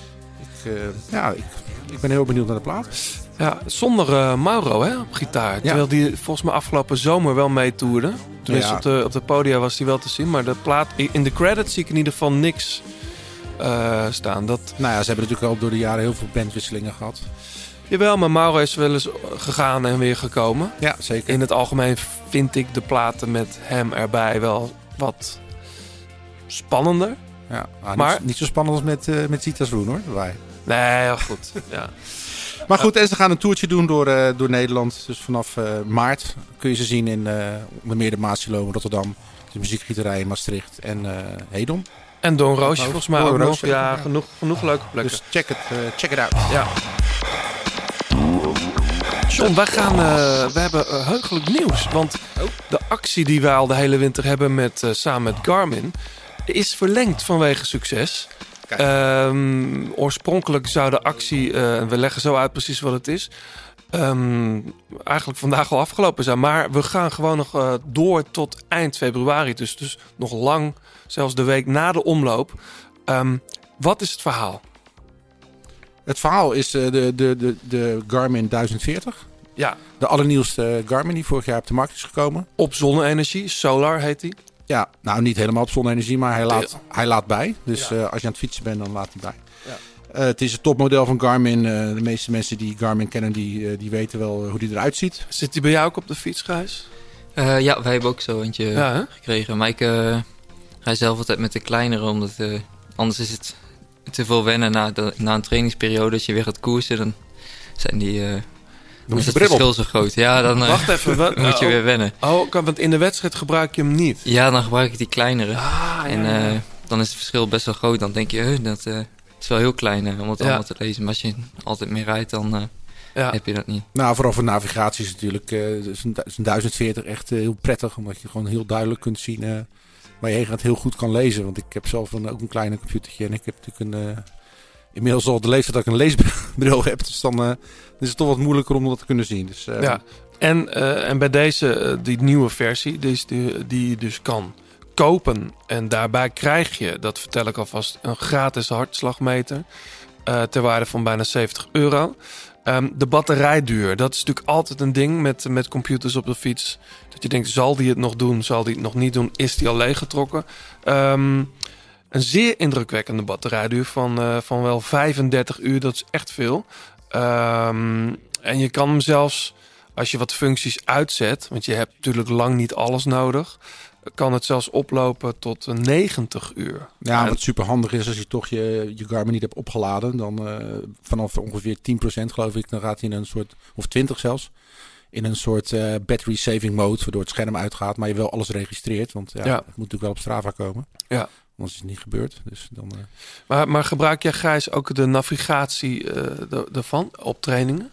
Ik ben heel benieuwd naar de plaat. Ja, zonder Mauro hè, op gitaar. Ja. Terwijl die volgens mij afgelopen zomer wel meetoerde. Tenminste, op de podia was hij wel te zien. Maar de plaat, in de credits zie ik in ieder geval niks staan. Nou ja, ze hebben natuurlijk al door de jaren heel veel bandwisselingen gehad. Jawel, maar Mauro is wel eens gegaan en weer gekomen. Ja, zeker. In het algemeen vind ik de platen met hem erbij wel wat spannender. Ja, maar niet zo spannend als met Zitas Roen, hoor. Erbij. Nee, heel goed. Ja. Maar goed, en ze gaan een toertje doen door Nederland. Dus vanaf maart kun je ze zien in onder meer de Maasilo, Rotterdam, de muziekgieterij in Maastricht en Hedon. En Don Roosje volgens mij ook nog. Ja, genoeg leuke plekken. Dus check it out. Ja. John, we hebben heugelijk nieuws. Want de actie die wij al de hele winter hebben samen met Garmin is verlengd vanwege succes. Oorspronkelijk zou de actie, we leggen zo uit precies wat het is, eigenlijk vandaag al afgelopen zijn. Maar we gaan gewoon nog door tot eind februari. Dus nog lang, zelfs de week na de omloop. Wat is het verhaal? Het verhaal is de Garmin 1040. Ja. De allernieuwste Garmin die vorig jaar op de markt is gekomen. Op zonne-energie, Solar heet die. Ja, nou niet helemaal op zonne-energie, maar hij laat bij. Dus als je aan het fietsen bent, dan laat hij bij. Ja. Het is het topmodel van Garmin. De meeste mensen die Garmin kennen, die weten wel hoe die eruit ziet. Zit die bij jou ook op de fiets, Gijs? Ja, wij hebben ook zo eentje gekregen. Maar ik ga zelf altijd met de kleinere, omdat anders is het te veel wennen na een trainingsperiode. Als je weer gaat koersen, dan zijn die... Dan is het verschil zo groot. Ja, dan wacht even, moet je weer wennen. Want in de wedstrijd gebruik je hem niet? Ja, dan gebruik ik die kleinere. Dan is het verschil best wel groot. Dan denk je, dat is wel heel klein om het allemaal te lezen. Maar als je altijd meer rijdt, dan heb je dat niet. Nou, vooral voor navigatie is natuurlijk is een 1040 echt heel prettig. Omdat je gewoon heel duidelijk kunt zien waar je heen gaat, heel goed kan lezen. Want ik heb zelf ook een kleine computertje. En ik heb natuurlijk inmiddels al de leeftijd dat ik een leesbril heb. Dus dan is het toch wat moeilijker om dat te kunnen zien. Dus, ja. En bij deze, die nieuwe versie, die je dus kan kopen. En daarbij krijg je, dat vertel ik alvast, een gratis hartslagmeter. Ter waarde van bijna €70. De batterijduur, dat is natuurlijk altijd een ding met computers op de fiets. Dat je denkt, zal die het nog doen? Zal die het nog niet doen? Is die al leeggetrokken? Een zeer indrukwekkende batterijduur van wel 35 uur. Dat is echt veel. En je kan hem zelfs, als je wat functies uitzet, want je hebt natuurlijk lang niet alles nodig, kan het zelfs oplopen tot 90 uur. Ja, wat super handig is als je toch je Garmin niet hebt opgeladen, dan vanaf ongeveer 10% geloof ik, dan gaat hij in een soort, of 20 zelfs, in een soort battery saving mode, waardoor het scherm uitgaat, maar je wel alles registreert, want het moet natuurlijk wel op Strava komen. Ja. Anders is het niet gebeurd. Dus dan, maar gebruik jij, Gijs, ook de navigatie ervan op trainingen?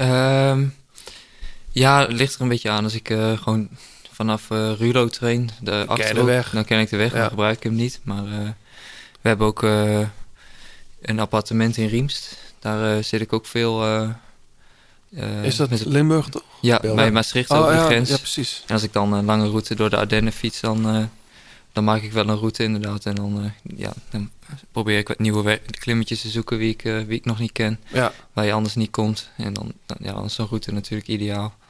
Ja, het ligt er een beetje aan. Als ik gewoon vanaf Rulo train, de Achterhoek, dan ken ik de weg, dan gebruik ik hem niet. Maar we hebben ook een appartement in Riemst. Daar zit ik ook veel... is dat Limburg toch? Ja, bij Maastricht over de grens. Ja, precies. En als ik dan een lange route door de Ardennen fiets, dan maak ik wel een route inderdaad. En dan probeer ik wat nieuwe klimmetjes te zoeken wie ik nog niet ken. Ja. Waar je anders niet komt. En dan is zo'n route natuurlijk ideaal.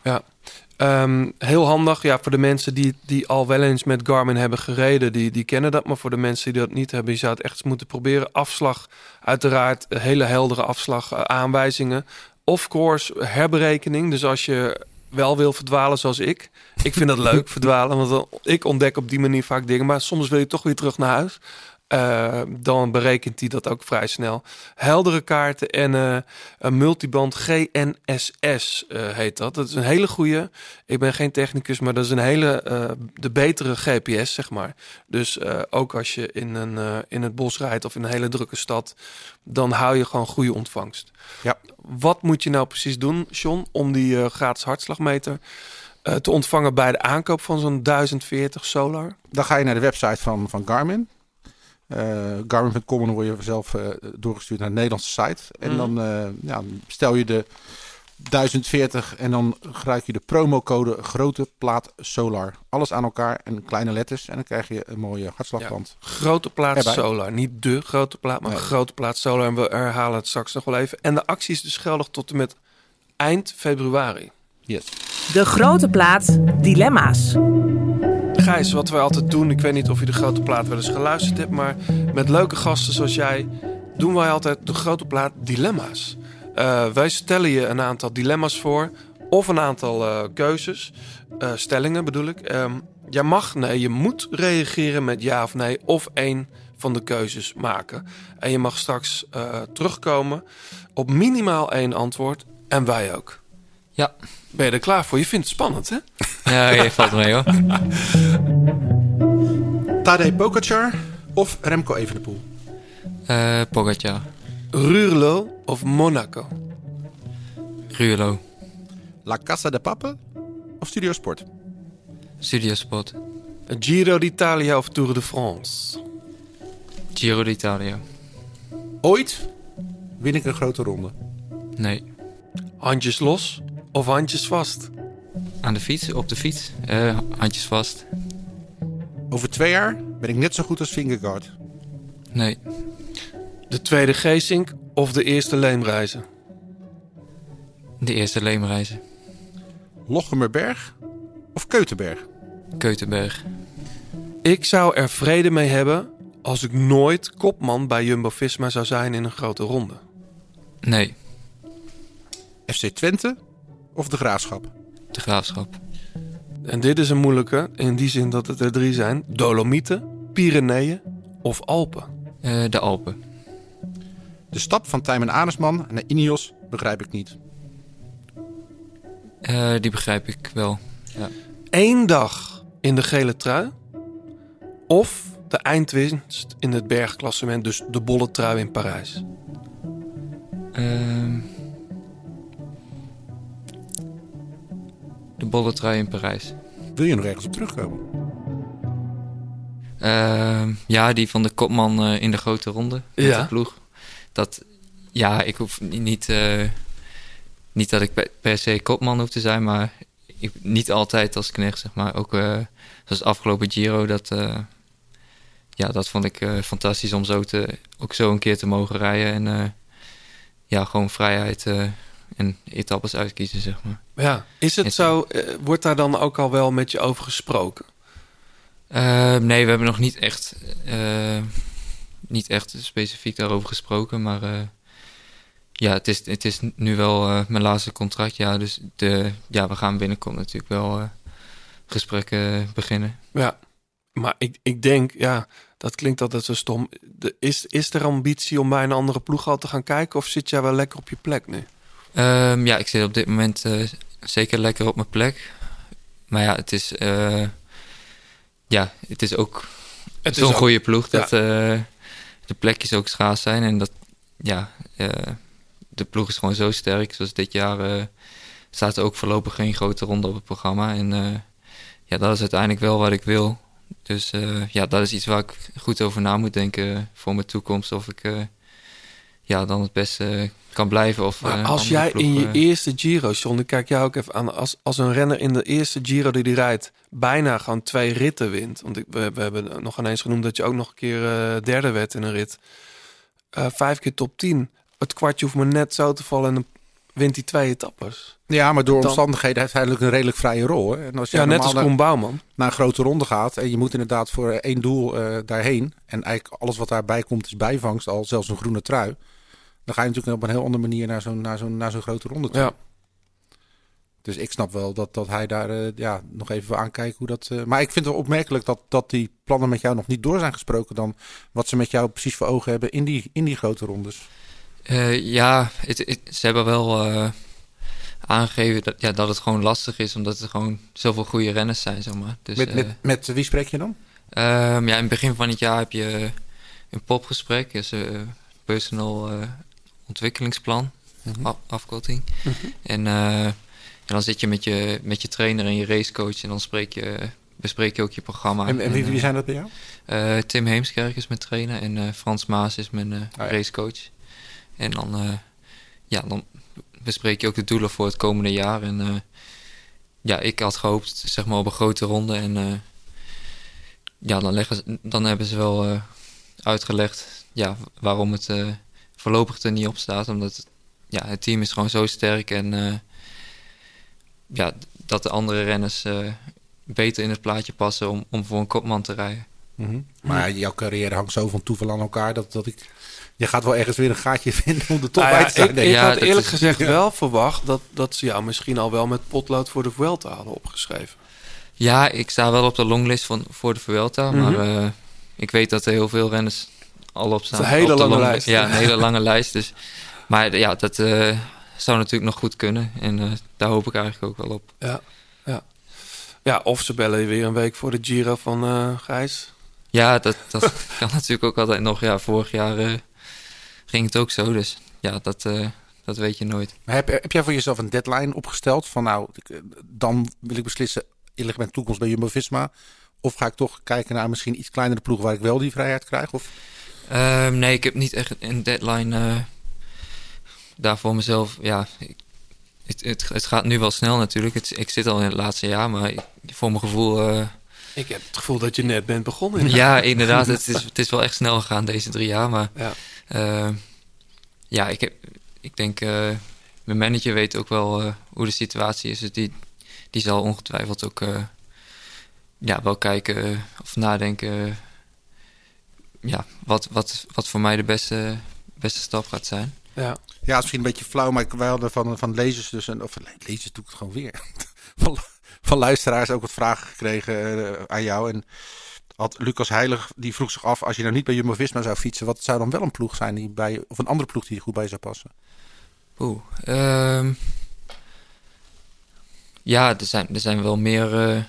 Ja. Heel handig. Ja, voor de mensen die al wel eens met Garmin hebben gereden, die kennen dat. Maar voor de mensen die dat niet hebben, je zou het echt eens moeten proberen. Afslag, uiteraard, hele heldere afslag, aanwijzingen. Of course, herberekening. Dus als je wel wil verdwalen zoals ik. Ik vind dat leuk, verdwalen. Want ik ontdek op die manier vaak dingen. Maar soms wil je toch weer terug naar huis. Dan berekent hij dat ook vrij snel. Heldere kaarten en een multiband GNSS heet dat. Dat is een hele goede. Ik ben geen technicus, maar dat is een hele de betere GPS, zeg maar. Dus ook als je in het bos rijdt of in een hele drukke stad, dan hou je gewoon goede ontvangst. Ja. Wat moet je nou precies doen, John, om die gratis hartslagmeter te ontvangen bij de aankoop van zo'n 1040 Solar? Dan ga je naar de website van Garmin. Garmin.com, en dan word je zelf doorgestuurd naar de Nederlandse site. En dan stel je de 1040 en dan gebruik je de promocode Grote Plaat Solar. Alles aan elkaar en kleine letters. En dan krijg je een mooie hartslagband. Ja, Grote Plaat erbij. Solar. Niet de Grote Plaat, maar Grote Plaat Solar. En we herhalen het straks nog wel even. En de actie is dus geldig tot en met eind februari. Yes. De Grote Plaat Dilemma's. Gijs, wat we altijd doen, ik weet niet of je de Grote Plaat wel eens geluisterd hebt, maar met leuke gasten zoals jij doen wij altijd de Grote Plaat Dilemma's. Wij stellen je een aantal dilemma's voor of een aantal keuzes, stellingen bedoel ik. Je moet reageren met ja of nee of één van de keuzes maken. En je mag straks terugkomen op minimaal 1 antwoord en wij ook. Ja. Ben je er klaar voor? Je vindt het spannend, hè? Ja, je valt mee hoor. Tadej Pogacar of Remco Evenepoel? Pogacar. Ruurlo of Monaco? Ruurlo. La Casa de Pape of Studio Sport? Studiosport. Giro d'Italia of Tour de France? Giro d'Italia. Ooit win ik een grote ronde. Nee. Handjes los of handjes vast? Aan de fiets, op de fiets. Handjes vast. Over 2 jaar ben ik net zo goed als Vingegaard. Nee. De tweede Geesink of de eerste Leemreizen? De eerste Leemreizen. Lochemerberg of Keutenberg? Keutenberg. Ik zou er vrede mee hebben als ik nooit kopman bij Jumbo-Visma zou zijn in een grote ronde. Nee. FC Twente of de Graafschap? De Graafschap. En dit is een moeilijke, in die zin dat het er 3 zijn. Dolomieten, Pyreneeën of Alpen? De Alpen. De stap van Tijmen Aresman naar Ineos begrijp ik niet. Die begrijp ik wel. Ja. 1 dag in de gele trui of de eindwinst in het bergklassement, dus de bolle trui in Parijs? De bolle trui in Parijs. Wil je nog ergens op terugkomen? Ja, die van de kopman in de grote ronde. Met Ja. de ploeg. Ik hoef niet dat ik per se kopman hoef te zijn, maar niet altijd als knecht, zeg maar. Ook zoals afgelopen Giro, dat vond ik fantastisch om ook zo een keer te mogen rijden. En gewoon vrijheid en etappes uitkiezen, zeg maar. Ja, is het zo, wordt daar dan ook al wel met je over gesproken? Nee, we hebben nog niet echt specifiek daarover gesproken, maar het is nu wel mijn laatste contract, ja, dus we gaan binnenkort natuurlijk wel gesprekken beginnen. Ja, maar ik denk, ja, dat klinkt altijd zo stom. Is er ambitie om bij een andere ploeg al te gaan kijken of zit jij wel lekker op je plek nu? Ik zit op dit moment zeker lekker op mijn plek, maar ja, het is ook zo'n goede ploeg dat de plekjes ook schaars zijn en dat de ploeg is gewoon zo sterk. Zoals dit jaar staat er ook voorlopig geen grote ronde op het programma en dat is uiteindelijk wel wat ik wil. Dus dat is iets waar ik goed over na moet denken voor mijn toekomst, of ik dan het beste kan blijven. Of, maar als jij in je eerste Giro, John, ik kijk jou ook even aan, als een renner in de eerste Giro die rijdt bijna gewoon 2 ritten wint. Want we hebben nog ineens genoemd dat je ook nog een keer derde werd in een rit. 5 keer top 10. Het kwartje hoeft me net zo te vallen wint hij 2 etappes. Ja, maar door omstandigheden heeft hij eigenlijk een redelijk vrije rol. Hè? En als je net als Koen Bouwman. Naar een grote ronde gaat en je moet inderdaad voor 1 doel daarheen. En eigenlijk alles wat daarbij komt is bijvangst, al zelfs een groene trui. Dan ga je natuurlijk op een heel andere manier naar zo'n grote ronde toe. Ja. Dus ik snap wel dat hij daar nog even wil aankijken hoe dat... maar ik vind het wel opmerkelijk dat die plannen met jou nog niet door zijn gesproken dan wat ze met jou precies voor ogen hebben in die grote rondes. Ze hebben wel aangegeven dat het gewoon lastig is, omdat er gewoon zoveel goede renners zijn, zeg maar. Dus, met wie spreek je dan? In het begin van het jaar heb je een popgesprek, dus een personal ontwikkelingsplan, afkorting. En dan zit je met je trainer en je racecoach en dan bespreek je ook je programma. En wie zijn dat bij jou? Tim Heemskerk is mijn trainer en Frans Maas is mijn racecoach. En dan bespreek je ook de doelen voor het komende jaar. En ik had gehoopt, zeg maar, op een grote ronde. En dan hebben ze wel uitgelegd waarom het voorlopig er niet op staat. Omdat het team is gewoon zo sterk. En dat de andere renners beter in het plaatje passen om voor een kopman te rijden. Mm-hmm. Maar jouw carrière hangt zo van toeval aan elkaar dat ik... Je gaat wel ergens weer een gaatje vinden om de top uit te zijn. Ik had eerlijk gezegd wel verwacht dat ze jou misschien al wel met potlood voor de Vuelta hadden opgeschreven. Ja, ik sta wel op de longlist voor de Vuelta. Mm-hmm. Maar ik weet dat er heel veel renners al op staan. Het is een hele lange lijst. Ja, een hele lange lijst. Dus, maar dat zou natuurlijk nog goed kunnen. En daar hoop ik eigenlijk ook wel op. Ja, of ze bellen je weer een week voor de Giro van Gijs. Ja, dat kan natuurlijk ook altijd nog. Ja, vorig jaar ging het ook zo. Dus ja, dat weet je nooit. Maar heb jij voor jezelf een deadline opgesteld? Van dan wil ik beslissen, ik leg mijn toekomst bij Jumbo-Visma. Of ga ik toch kijken naar misschien iets kleinere ploegen waar ik wel die vrijheid krijg? Of? Nee, ik heb niet echt een deadline daar voor mezelf. Ja, het gaat nu wel snel natuurlijk. Ik zit al in het laatste jaar, maar voor mijn gevoel... ik heb het gevoel dat je net bent begonnen. Ja, inderdaad. Het is wel echt snel gegaan deze 3 jaar. Maar ik denk... mijn manager weet ook wel hoe de situatie is. Dus die zal ongetwijfeld ook wel kijken of nadenken... wat voor mij de beste stap gaat zijn. Ja, misschien een beetje flauw, maar wij hadden van lezers dus... lezers doe ik het gewoon weer. van luisteraars ook wat vragen gekregen aan jou. En had Lucas Heilig, die vroeg zich af... als je nou niet bij Jumbo-Visma zou fietsen... wat zou dan wel een ploeg zijn of een andere ploeg die goed bij je zou passen? Er zijn wel meer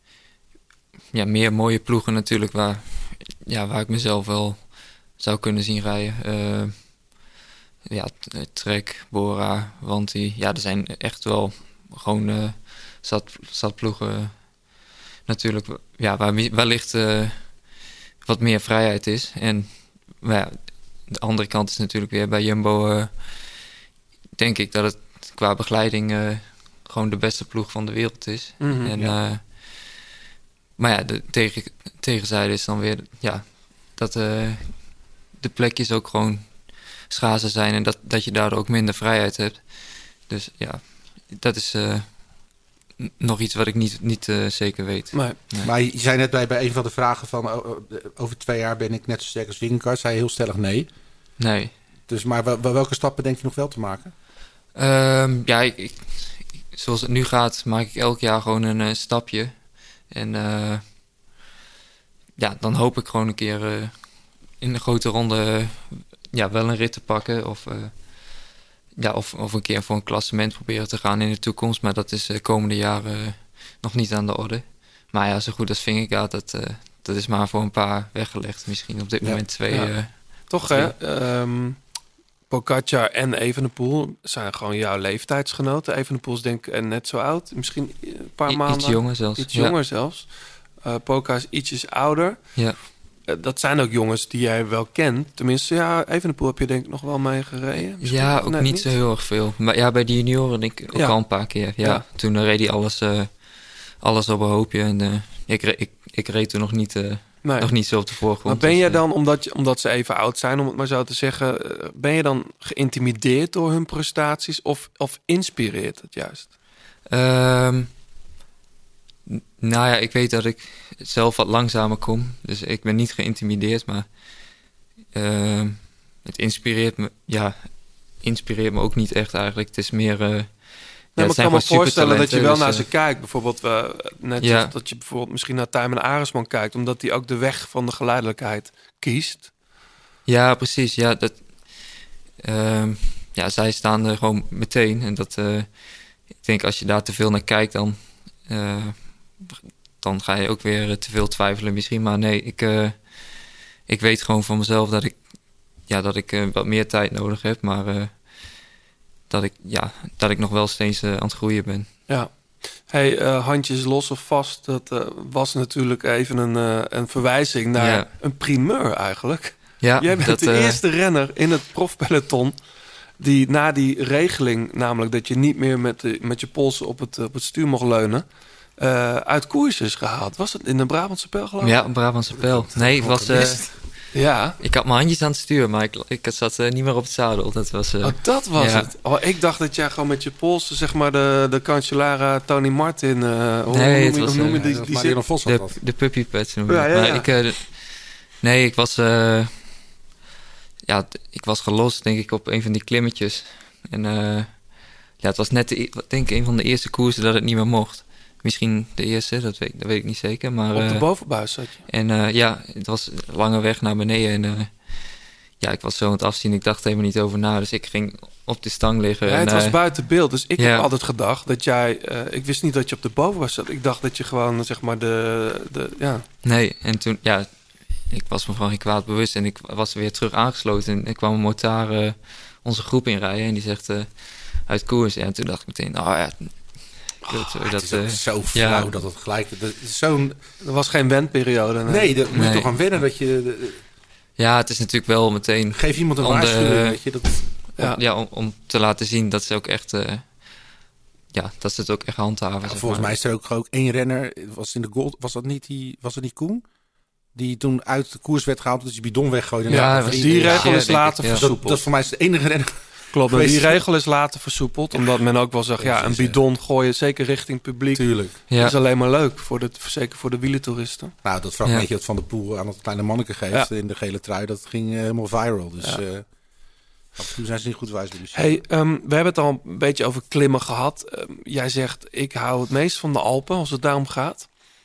mooie ploegen natuurlijk... waar ik mezelf wel zou kunnen zien rijden. Trek, Bora, Wanty. Ja, er zijn echt wel gewoon zat ploegen natuurlijk... Ja, waar wellicht wat meer vrijheid is. En de andere kant is natuurlijk weer bij Jumbo... denk ik dat het qua begeleiding gewoon de beste ploeg van de wereld is. Mm-hmm, en, maar de tegenzijde is dan weer... dat de plekjes ook gewoon schaarser zijn... en dat je daardoor ook minder vrijheid hebt. Dus ja, dat is nog iets wat ik niet zeker weet. Nee. Maar je zei net bij een van de vragen van... over 2 jaar ben ik net zo sterk als Vingegaard. Zei je heel stellig nee. Nee. Dus maar welke stappen denk je nog wel te maken? Zoals het nu gaat, maak ik elk jaar gewoon een stapje. En dan hoop ik gewoon een keer in de grote ronde wel een rit te pakken. Of een keer voor een klassement proberen te gaan in de toekomst. Maar dat is de komende jaren nog niet aan de orde. Maar ja, zo goed als Vingegaard, dat is maar voor een paar weggelegd. Misschien op dit moment 2. Ja. Toch hè? Pogacar en Evenepoel zijn gewoon jouw leeftijdsgenoten. Evenepoel is denk ik net zo oud. Misschien een paar maanden. Iets jonger zelfs. Iets jonger zelfs. Pogacar is ietsjes ouder. Ja. Dat zijn ook jongens die jij wel kent. Tenminste, Evenepoel heb je denk ik nog wel mee gereden. Misschien ook niet zo heel erg veel. Maar ja, bij de junioren denk ik ook al een paar keer. Ja. Toen reed hij alles op een hoopje. En ik reed toen nog niet nog niet zo op de voorgrond. Maar ben je dan, omdat ze even oud zijn, om het maar zo te zeggen, ben je dan geïntimideerd door hun prestaties of inspireert het juist? Nou ja, ik weet dat ik zelf wat langzamer kom. Dus ik ben niet geïntimideerd, maar het inspireert me ook niet echt eigenlijk. Het is meer... maar ik kan me voorstellen dat je wel dus, naar ze kijkt. Bijvoorbeeld, zoals dat je bijvoorbeeld misschien naar Tijmen Arendsman kijkt, omdat hij ook de weg van de geleidelijkheid kiest. Ja, precies. Ja, zij staan er gewoon meteen. En dat, ik denk als je daar te veel naar kijkt, dan ga je ook weer te veel twijfelen misschien. Maar nee, ik weet gewoon van mezelf dat ik wat meer tijd nodig heb. Maar dat ik nog wel steeds aan het groeien ben. Ja. Hey, handjes los of vast, dat was natuurlijk even een verwijzing naar een primeur eigenlijk. Ja, jij bent de eerste renner in het profpeloton die na die regeling, namelijk dat je niet meer met je polsen op het stuur mocht leunen, uit koers is gehaald. Was het in de Brabantse Pijl geloof ik? Ja, Brabantse Pijl. Nee, het was... ik had mijn handjes aan het stuur, maar ik zat niet meer op het zadel. Dat was het. Oh, ik dacht dat jij gewoon met je polsen, zeg maar, de Cancellara Tony Martin... hoe noem je die de puppy pads noem je. Maar ik was... ik was gelost, denk ik, op een van die klimmetjes. En het was net, denk ik, een van de eerste koersen dat het niet meer mocht. Misschien de eerste, dat weet ik niet zeker. Maar, op de bovenbuis zat je? En het was een lange weg naar beneden. En ik was zo aan het afzien, ik dacht helemaal niet over na. Dus ik ging op de stang liggen. Ja, het was buiten beeld, dus ik heb altijd gedacht dat jij... ik wist niet dat je op de bovenbuis zat. Ik dacht dat je gewoon, zeg maar, Nee, en toen, ik was me van geen kwaad bewust. En ik was weer terug aangesloten. En ik kwam een motaar onze groep inrijden. En die zegt uit koers. En toen dacht ik meteen, het is zo flauw dat het gelijk... Er was geen wendperiode. Nee, daar moet je toch aan wennen dat je... Ja, het is natuurlijk wel meteen... Geef iemand een waarschuwing, weet je. Om te laten zien dat ze ook echt... dat ze het ook echt handhaven. Volgens mij is er ook één renner... Was het niet Koen? Die toen uit de koers werd gehaald, dus die bidon weggooide. Ja, die regel is later versoepeld. Dat voor mij is de enige renner... Klopt, die regel is later versoepeld. Omdat men ook wel zegt, een bidon gooien, zeker richting publiek. Tuurlijk. Ja. Dat is alleen maar leuk, zeker voor de wielertoeristen. Nou, dat fragmentje dat Van der Poel aan dat kleine manneke geeft in de gele trui, dat ging helemaal viral. Dus af en toe zijn ze niet goed wijs. Hey, we hebben het al een beetje over klimmen gehad. Jij zegt, ik hou het meest van de Alpen als het daarom gaat.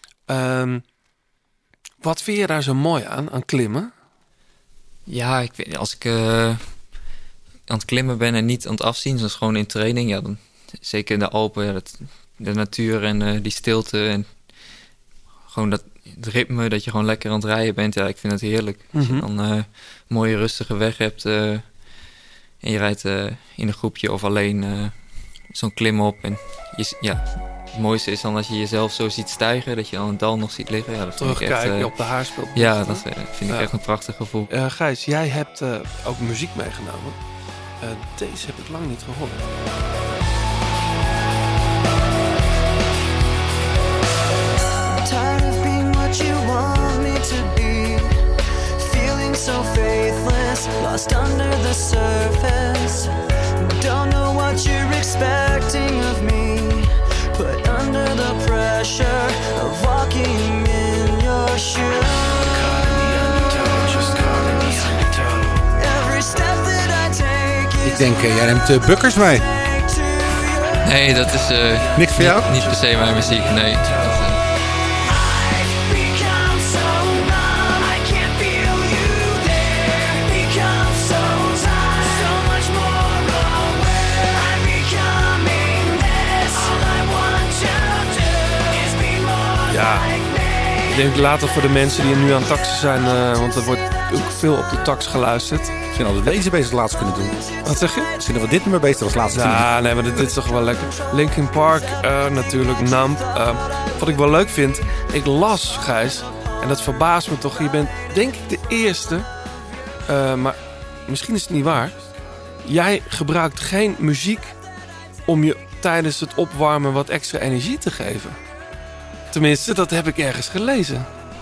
Wat vind je daar zo mooi aan klimmen? Ja, ik weet, als ik aan het klimmen ben en niet aan het afzien, zoals gewoon in training, dan zeker in de Alpen, de natuur en die stilte en gewoon het ritme, dat je gewoon lekker aan het rijden bent. Ja, ik vind het heerlijk. Als je dan een mooie rustige weg hebt en je rijdt in een groepje of alleen zo'n klim op. En het mooiste is dan als je jezelf zo ziet stijgen, dat je dan het dal nog ziet liggen. Ja, dat vind ik echt, op de haarspel. Ja, dat vind ik echt een prachtig gevoel. Gijs, jij hebt ook muziek meegenomen. Deze heb ik lang niet gehoord. Tired of being what you want me to be, feeling so faithless, lost under the surface. Don't know what you're expecting of me, put under the pressure of walking in your shoes. Every step that I take. Ik denk, jij neemt Bukkers mee. Nee, dat is niks voor jou? Niet per se mijn muziek, nee. Ja, ik denk later voor de mensen die nu aan het taxen zijn, want er wordt ook veel op de tax geluisterd. Misschien hadden we deze bezig als laatste kunnen doen. Wat zeg je? Misschien dat we dit nummer bezig als laatste doen. Ja, nee, maar dit is toch wel lekker. Linkin Park, natuurlijk, Numb. Wat ik wel leuk vind, ik las, Gijs, en dat verbaast me toch. Je bent denk ik de eerste, maar misschien is het niet waar. Jij gebruikt geen muziek om je tijdens het opwarmen wat extra energie te geven. Tenminste, dat heb ik ergens gelezen.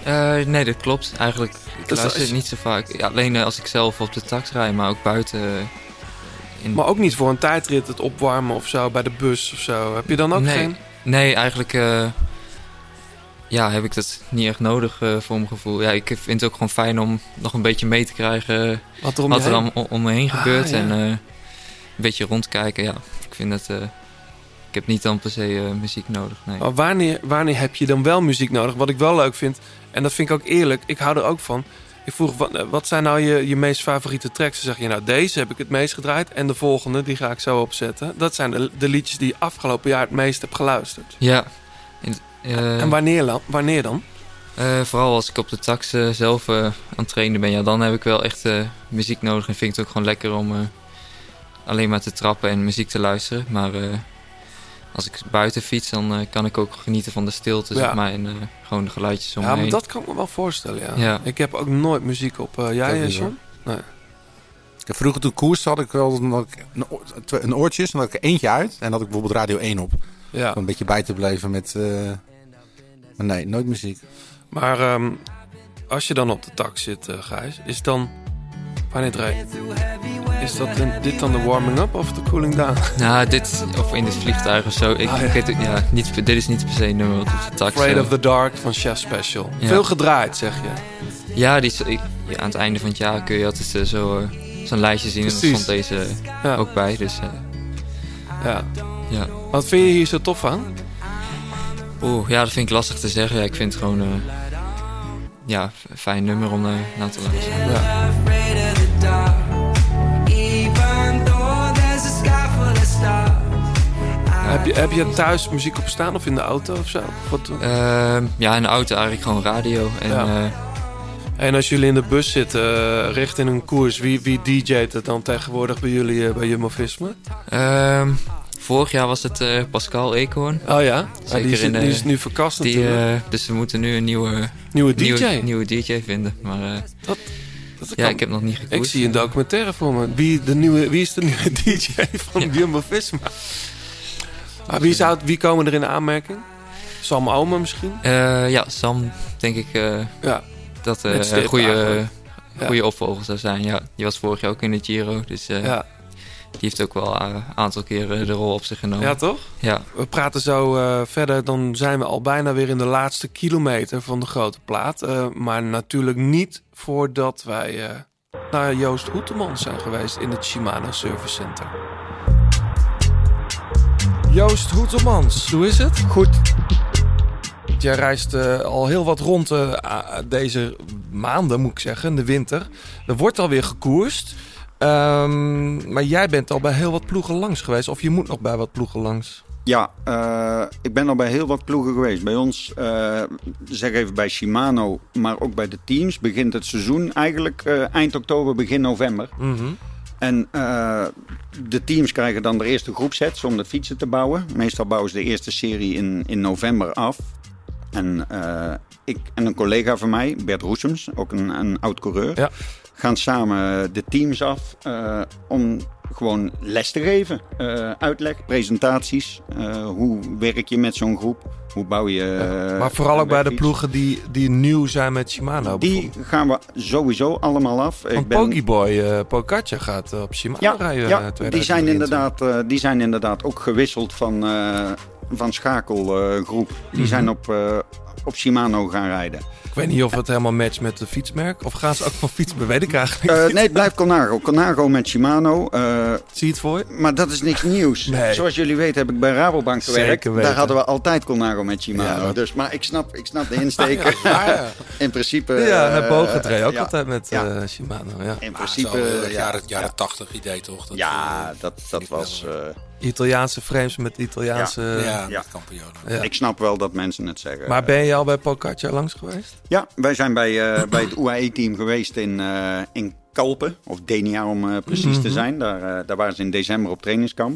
Nee, dat klopt. Eigenlijk, ik Dus luister het niet zo vaak. Ja, alleen als ik zelf op de tax rijd, maar ook buiten. Maar ook niet voor een tijdrit, het opwarmen of zo, bij de bus of zo. Heb je dan ook geen... Nee, eigenlijk heb ik dat niet echt nodig voor mijn gevoel. Ja, ik vind het ook gewoon fijn om nog een beetje mee te krijgen Wat er dan om me heen gebeurt. Ja. En een beetje rondkijken. Ja, ik vind het... ik heb niet dan per se muziek nodig, nee. Maar wanneer heb je dan wel muziek nodig? Wat ik wel leuk vind, en dat vind ik ook eerlijk, ik hou er ook van. Ik vroeg, wat zijn nou je meest favoriete tracks? Dan zeg je, nou deze heb ik het meest gedraaid en de volgende, die ga ik zo opzetten. Dat zijn de liedjes die je afgelopen jaar het meest heb geluisterd. Ja. En wanneer dan? Vooral als ik op de tax zelf aan het trainen ben, ja, dan heb ik wel echt muziek nodig. En vind ik het ook gewoon lekker om alleen maar te trappen en muziek te luisteren. Maar als ik buiten fiets, dan kan ik ook genieten van de stilte, zeg maar, en gewoon de geluidjes om me heen. Ja, maar dat kan ik me wel voorstellen, ja. Ja. Ik heb ook nooit muziek op. Jij, John? Nee. Ik heb vroeger toen koers had ik wel een oortjes. Dan had ik er eentje uit. En dan had ik bijvoorbeeld Radio 1 op. Ja. Om een beetje bij te blijven met... Maar nee, nooit muziek. Maar als je dan op de tax zit, Gijs, is dan... Is dit dan de warming-up of de cooling down? Nou, of in het vliegtuig of zo. Dit is niet per se een nummer wat op de tax. Afraid of the Dark van Chef Special. Ja. Veel gedraaid, zeg je. Ja, aan het einde van het jaar kun je altijd zo'n lijstje zien. Precies. En daar stond deze ook bij. Dus, ja. Wat vind je hier zo tof aan? Dat vind ik lastig te zeggen. Ja, ik vind het gewoon een fijn nummer om naar te luisteren. Ja. Heb je thuis muziek op staan of in de auto of zo? In de auto eigenlijk gewoon radio. En als jullie in de bus zitten richting een koers, wie DJ't het dan tegenwoordig bij jullie bij Jumbo-Visma? Vorig jaar was het Pascal Eekhoorn. Oh ja? Zeker die is nu verkast natuurlijk. Dus we moeten nu een nieuwe DJ vinden. Maar ik heb nog niet gekozen. Ik zie een documentaire voor me. Wie is de nieuwe DJ van Jumbo-Visma? Wie komen er in aanmerking? Sam Omen misschien? Sam denk ik dat een goede opvolger zou zijn. Ja, die was vorig jaar ook in de Giro. Dus die heeft ook wel een aantal keren de rol op zich genomen. Ja, toch? Ja. We praten zo verder. Dan zijn we al bijna weer in de laatste kilometer van de grote plaat. Maar natuurlijk niet voordat wij naar Joost Hoetemans zijn geweest in het Shimano Service Center. Joost Hoetemans, hoe is het? Goed. Jij reist al heel wat rond deze maanden, moet ik zeggen, de winter. Er wordt alweer gekoerst. Maar jij bent al bij heel wat ploegen langs geweest. Of je moet nog bij wat ploegen langs. Ja, ik ben al bij heel wat ploegen geweest. Bij ons, zeg even bij Shimano, maar ook bij de teams, begint het seizoen eigenlijk eind oktober, begin november. Mm-hmm. En de teams krijgen dan de eerste groepsets om de fietsen te bouwen. Meestal bouwen ze de eerste serie in november af. En ik en een collega van mij, Bert Roesems, ook een oud coureur, gaan samen de teams af om gewoon les te geven. Uitleg, presentaties. Hoe werk je met zo'n groep? Hoe bouw je... maar vooral ook bij de ploegen die nieuw zijn met Shimano. Die gaan we sowieso allemaal af. Want Pokéboy Pogacar gaat op Shimano rijden. Ja, die zijn inderdaad ook gewisseld van schakelgroep. Die zijn op Shimano gaan rijden. Ik weet niet of het helemaal matcht met de fietsmerk. Of gaan ze ook van fietsen? Weet ik eigenlijk niet. Nee, het blijft Colnago. Colnago met Shimano. Zie je het voor je? Maar dat is niks nieuws. Nee. Zoals jullie weten heb ik bij Rabobank gewerkt. Daar hadden we altijd Colnago met Shimano. Ja, dus, maar ik snap de insteek. In principe... Ja, Bogen reed ook altijd met Shimano. Ja. In principe... jaren 80 idee toch? Dat was... Italiaanse frames met Italiaanse... kampioen. Ja. Ik snap wel dat mensen het zeggen. Maar ben je al bij Pogacar langs geweest? Ja, wij zijn bij het UAE-team geweest in Kalpen. Of Denia om precies te zijn. Daar waren ze in december op trainingskamp.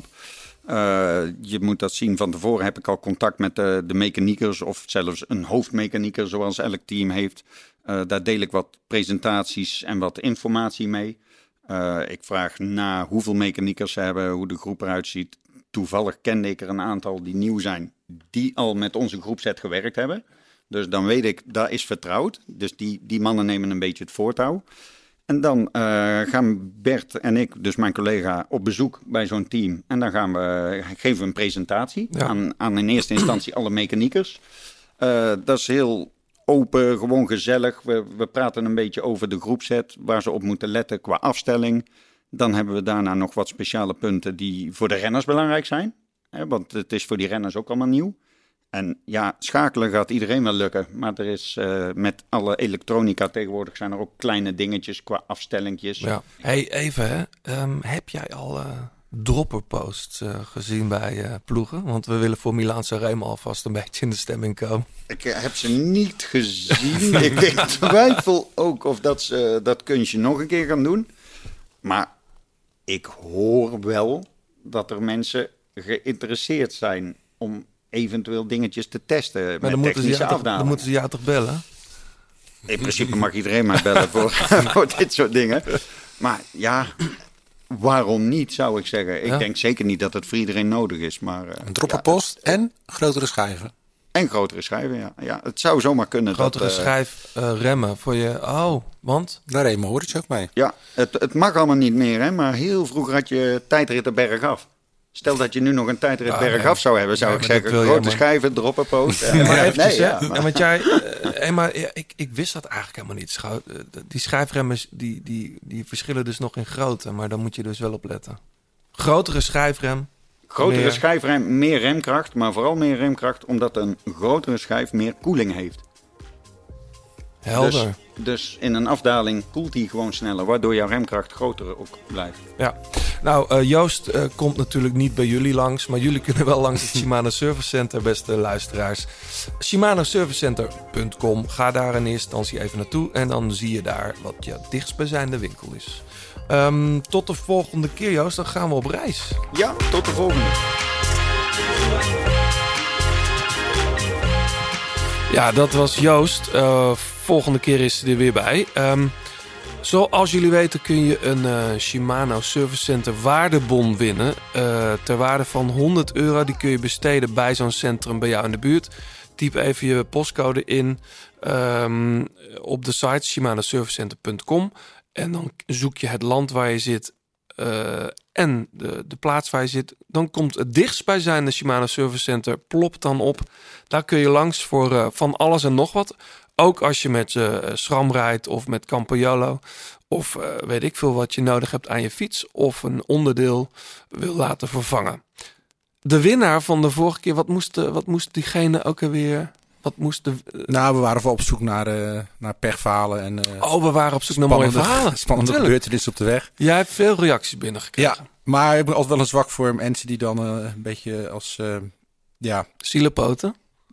Je moet dat zien. Van tevoren heb ik al contact met de mechaniekers. Of zelfs een hoofdmechanieker zoals elk team heeft. Daar deel ik wat presentaties en wat informatie mee. Ik vraag na hoeveel mechaniekers ze hebben, hoe de groep eruit ziet. Toevallig kende ik er een aantal die nieuw zijn, die al met onze groepset gewerkt hebben. Dus dan weet ik, dat is vertrouwd. Dus die mannen nemen een beetje het voortouw. En dan gaan Bert en ik, dus mijn collega, op bezoek bij zo'n team. En dan geven we een presentatie aan in eerste instantie alle mechaniekers. Dat is heel open, gewoon gezellig. We praten een beetje over de groepset, waar ze op moeten letten qua afstelling. Dan hebben we daarna nog wat speciale punten die voor de renners belangrijk zijn. Want het is voor die renners ook allemaal nieuw. En ja, schakelen gaat iedereen wel lukken. Maar er is met alle elektronica tegenwoordig zijn er ook kleine dingetjes qua afstellingjes. Ja. Hey, even hè. Heb jij al dropperposts gezien bij ploegen? Want we willen voor Milaan-San Remo alvast een beetje in de stemming komen. Ik heb ze niet gezien. Ik twijfel ook of dat ze dat kunstje nog een keer gaan doen. Maar ik hoor wel dat er mensen geïnteresseerd zijn om eventueel dingetjes te testen met technische afdaling. Dan moeten ze jou toch bellen? In principe mag iedereen mij bellen voor dit soort dingen. Maar ja, waarom niet, zou ik zeggen. Ik denk zeker niet dat het voor iedereen nodig is. Maar, een dropperpost en grotere schijven. En grotere schijven, ja. Het zou zomaar kunnen. Grotere schijf remmen voor je... Oh, want? Daar Remo hoort je ook mee. Ja, het mag allemaal niet meer, hè. Maar heel vroeger had je tijdritten bergaf. Stel dat je nu nog een tijdrit bergaf zou hebben, zou ik zeggen, grote schijven, dropperpost. Want jij, ik wist dat eigenlijk helemaal niet. Die schijfremmen die verschillen dus nog in grootte, maar dan moet je dus wel op letten. Grotere schijfrem. Grotere schijfrem, meer remkracht, maar vooral meer remkracht omdat een grotere schijf meer koeling heeft. Helder. Dus in een afdaling koelt hij gewoon sneller, waardoor jouw remkracht groter ook blijft. Ja, nou Joost komt natuurlijk niet bij jullie langs, maar jullie kunnen wel langs het Shimano Service Center, beste luisteraars. ShimanoServiceCenter.com, ga daar in eerste instantie even naartoe en dan zie je daar wat je dichtstbijzijnde winkel is. Tot de volgende keer, Joost, dan gaan we op reis. Ja, tot de volgende. Ja, dat was Joost. Volgende keer is hij er weer bij. Zoals jullie weten kun je een Shimano Service Center waardebon winnen. Ter waarde van €100. Die kun je besteden bij zo'n centrum bij jou in de buurt. Typ even je postcode in op de site shimanoservicecenter.com. En dan zoek je het land waar je zit en de plaats waar je zit. Dan komt het dichtstbijzijnde Shimano Service Center, plopt dan op. Daar kun je langs voor van alles en nog wat. Ook als je met SRAM rijdt of met Campagnolo. Of weet ik veel wat je nodig hebt aan je fiets. Of een onderdeel wil laten vervangen. De winnaar van de vorige keer, wat moest diegene ook alweer... Nou, we waren op zoek naar pechverhalen. En, we waren op zoek naar mooie verhalen. Spannende gebeurtenissen op de weg. Jij hebt veel reacties binnengekregen. Ja, maar ik heb altijd wel een zwak voor mensen die dan een beetje als... Zielepoten?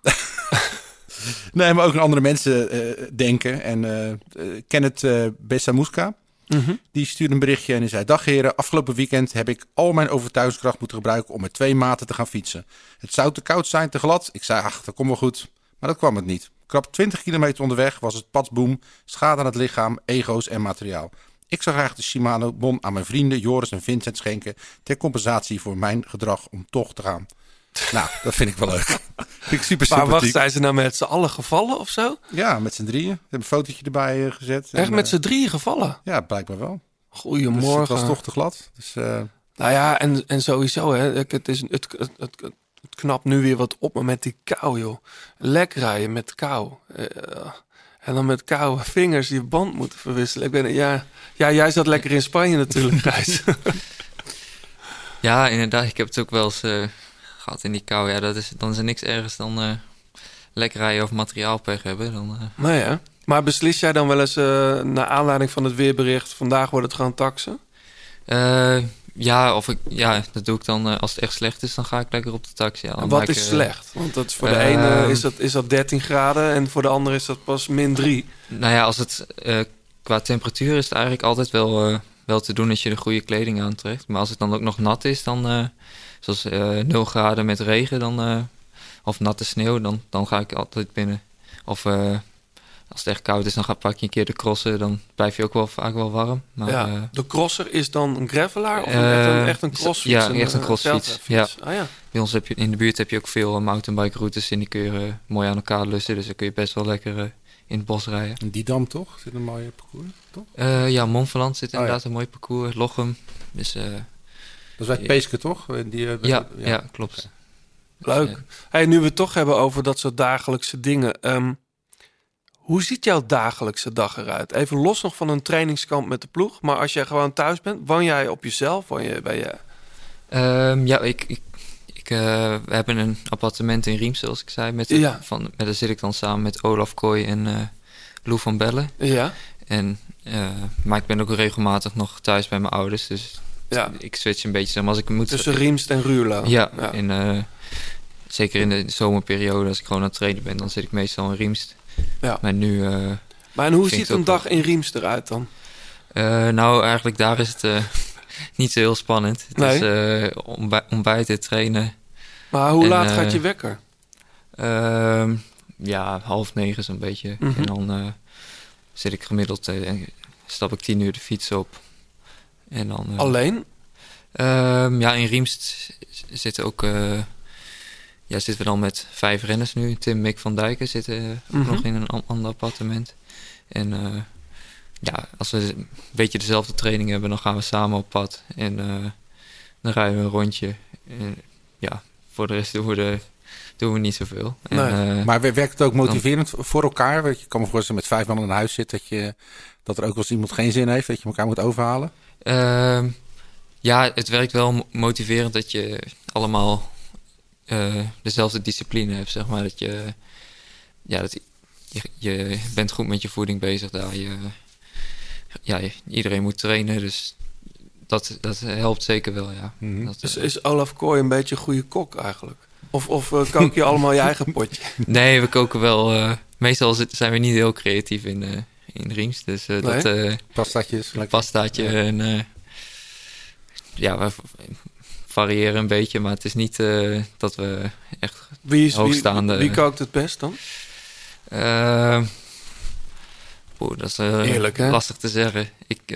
Nee, maar ook aan andere mensen denken. En Kenneth Besamuska, die stuurde een berichtje en die zei... Dag heren, afgelopen weekend heb ik al mijn overtuigingskracht moeten gebruiken... om met 2 maten te gaan fietsen. Het zou te koud zijn, te glad. Ik zei, dat komt wel goed. Maar dat kwam het niet. Krap 20 kilometer onderweg was het padsboom, schade aan het lichaam, ego's en materiaal. Ik zou graag de Shimano-bon aan mijn vrienden Joris en Vincent schenken... ter compensatie voor mijn gedrag om toch te gaan. Nou, dat vind ik wel leuk. Vind ik super sympathiek. Maar wacht, zijn ze nou met z'n allen gevallen of zo? Ja, met z'n drieën. Ze hebben een fotootje erbij gezet. Echt met z'n drieën gevallen? Ja, blijkbaar wel. Goedemorgen. Dus het was toch te glad. Dus, Nou ja, en sowieso, hè. Het knapt nu weer wat op, maar met die kou, joh. Lek rijden met kou. En dan met koude vingers je band moeten verwisselen. Ik ben, ja, jij zat lekker in Spanje natuurlijk, Gijs. Ja, inderdaad. Ik heb het ook wel eens gehad in die kou. Ja, dan is er niks ergens dan lek rijden of materiaalpech hebben. Dan, Nou ja. Maar beslis jij dan wel eens naar aanleiding van het weerbericht... vandaag wordt het gewoon taxen? Dat doe ik dan als het echt slecht is, dan ga ik lekker op de taxi. Ja, wat is slecht? Want dat is voor de ene is dat 13 graden en voor de andere is dat pas -3. Nou ja, als het qua temperatuur is het eigenlijk altijd wel te doen als je de goede kleding aantrekt. Maar als het dan ook nog nat is, dan zoals 0 graden met regen, dan, of natte sneeuw, dan ga ik altijd binnen. Of als het echt koud is, dan pak je een keer de crosser. Dan blijf je ook wel vaak wel warm. Maar, de crosser is dan een gravelaar of echt een crossfiets? Ja, echt een crossfiets. Ja. Ah, ja. Bij ons in de buurt heb je ook veel mountainbike routes en die kun je mooi aan elkaar lussen. Dus dan kun je best wel lekker in het bos rijden. En Didam toch? Zit een mooie parcours, toch? Ja, Montferland zit inderdaad een mooi parcours. Lochem. Dus, dat is bij het Peeske, toch? Ja, klopt. Leuk. Hey, nu we het toch hebben over dat soort dagelijkse dingen. Hoe ziet jouw dagelijkse dag eruit? Even los nog van een trainingskamp met de ploeg. Maar als jij gewoon thuis bent, woon jij op jezelf? Woon je bij je... We hebben een appartement in Riems, zoals ik zei. Daar zit ik dan samen met Olaf Kooi en Lou van Bellen. Ja. Maar ik ben ook regelmatig nog thuis bij mijn ouders. Dus ik switch een beetje. Als ik moet... Tussen Riemst en Ruurlo. Ja. Zeker in de zomerperiode, als ik gewoon aan het trainen ben, dan zit ik meestal in Riemst. Ja. Maar nu... maar en hoe ziet een dag in Riemst eruit dan? Nou, eigenlijk daar is het niet zo heel spannend. Het is ontbijten, trainen. Maar hoe laat gaat je wekker? 8:30 zo'n beetje. Mm-hmm. En dan zit ik gemiddeld... stap ik 10 uur de fiets op. En dan... Alleen? In Riemst zitten ook... zitten we dan met 5 renners nu. Tim, Mick van Dijken zitten nog in een ander appartement. En als we een beetje dezelfde training hebben, dan gaan we samen op pad. En dan rijden we een rondje. En, voor de rest doen we niet zoveel. Nee. En, maar werkt het ook motiverend voor elkaar? Je kan me voorstellen met 5 man in huis zit dat er ook als iemand geen zin heeft, dat je elkaar moet overhalen? Het werkt wel motiverend dat je allemaal dezelfde discipline hebt, zeg maar. Dat je bent goed met je voeding bezig daar. Iedereen moet trainen, dus dat helpt zeker wel, ja. Mm-hmm. Dus is Olaf Kooi een beetje een goede kok eigenlijk? Of kook je allemaal je eigen potje? Nee, we koken wel... meestal zijn we niet heel creatief in Riems. Dus pastaatje en... we variëren een beetje, maar het is niet dat we echt hoogstaande... Wie kookt het best dan? Dat is eerlijk, lastig te zeggen.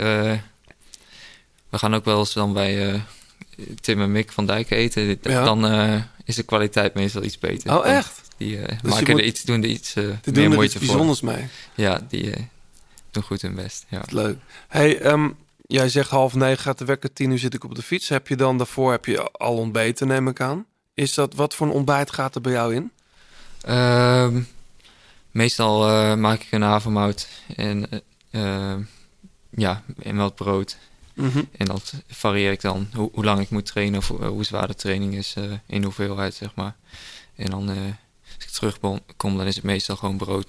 We gaan ook wel eens dan bij Tim en Mick van Dijk eten. Dan is de kwaliteit meestal iets beter. Oh, echt? Die doen er iets meer moeite voor. Bijzonders mee. Ja, die doen goed hun best. Ja. Leuk. Hey, jij zegt 8:30 gaat de wekker, 10 uur zit ik op de fiets. Heb je dan daarvoor al ontbeten, neem ik aan? Wat voor een ontbijt gaat er bij jou in? Meestal maak ik een havermout en wat brood. Mm-hmm. En dat varieer ik dan hoe lang ik moet trainen of hoe zwaar de training is in hoeveelheid, zeg maar. En dan als ik terugkom, dan is het meestal gewoon brood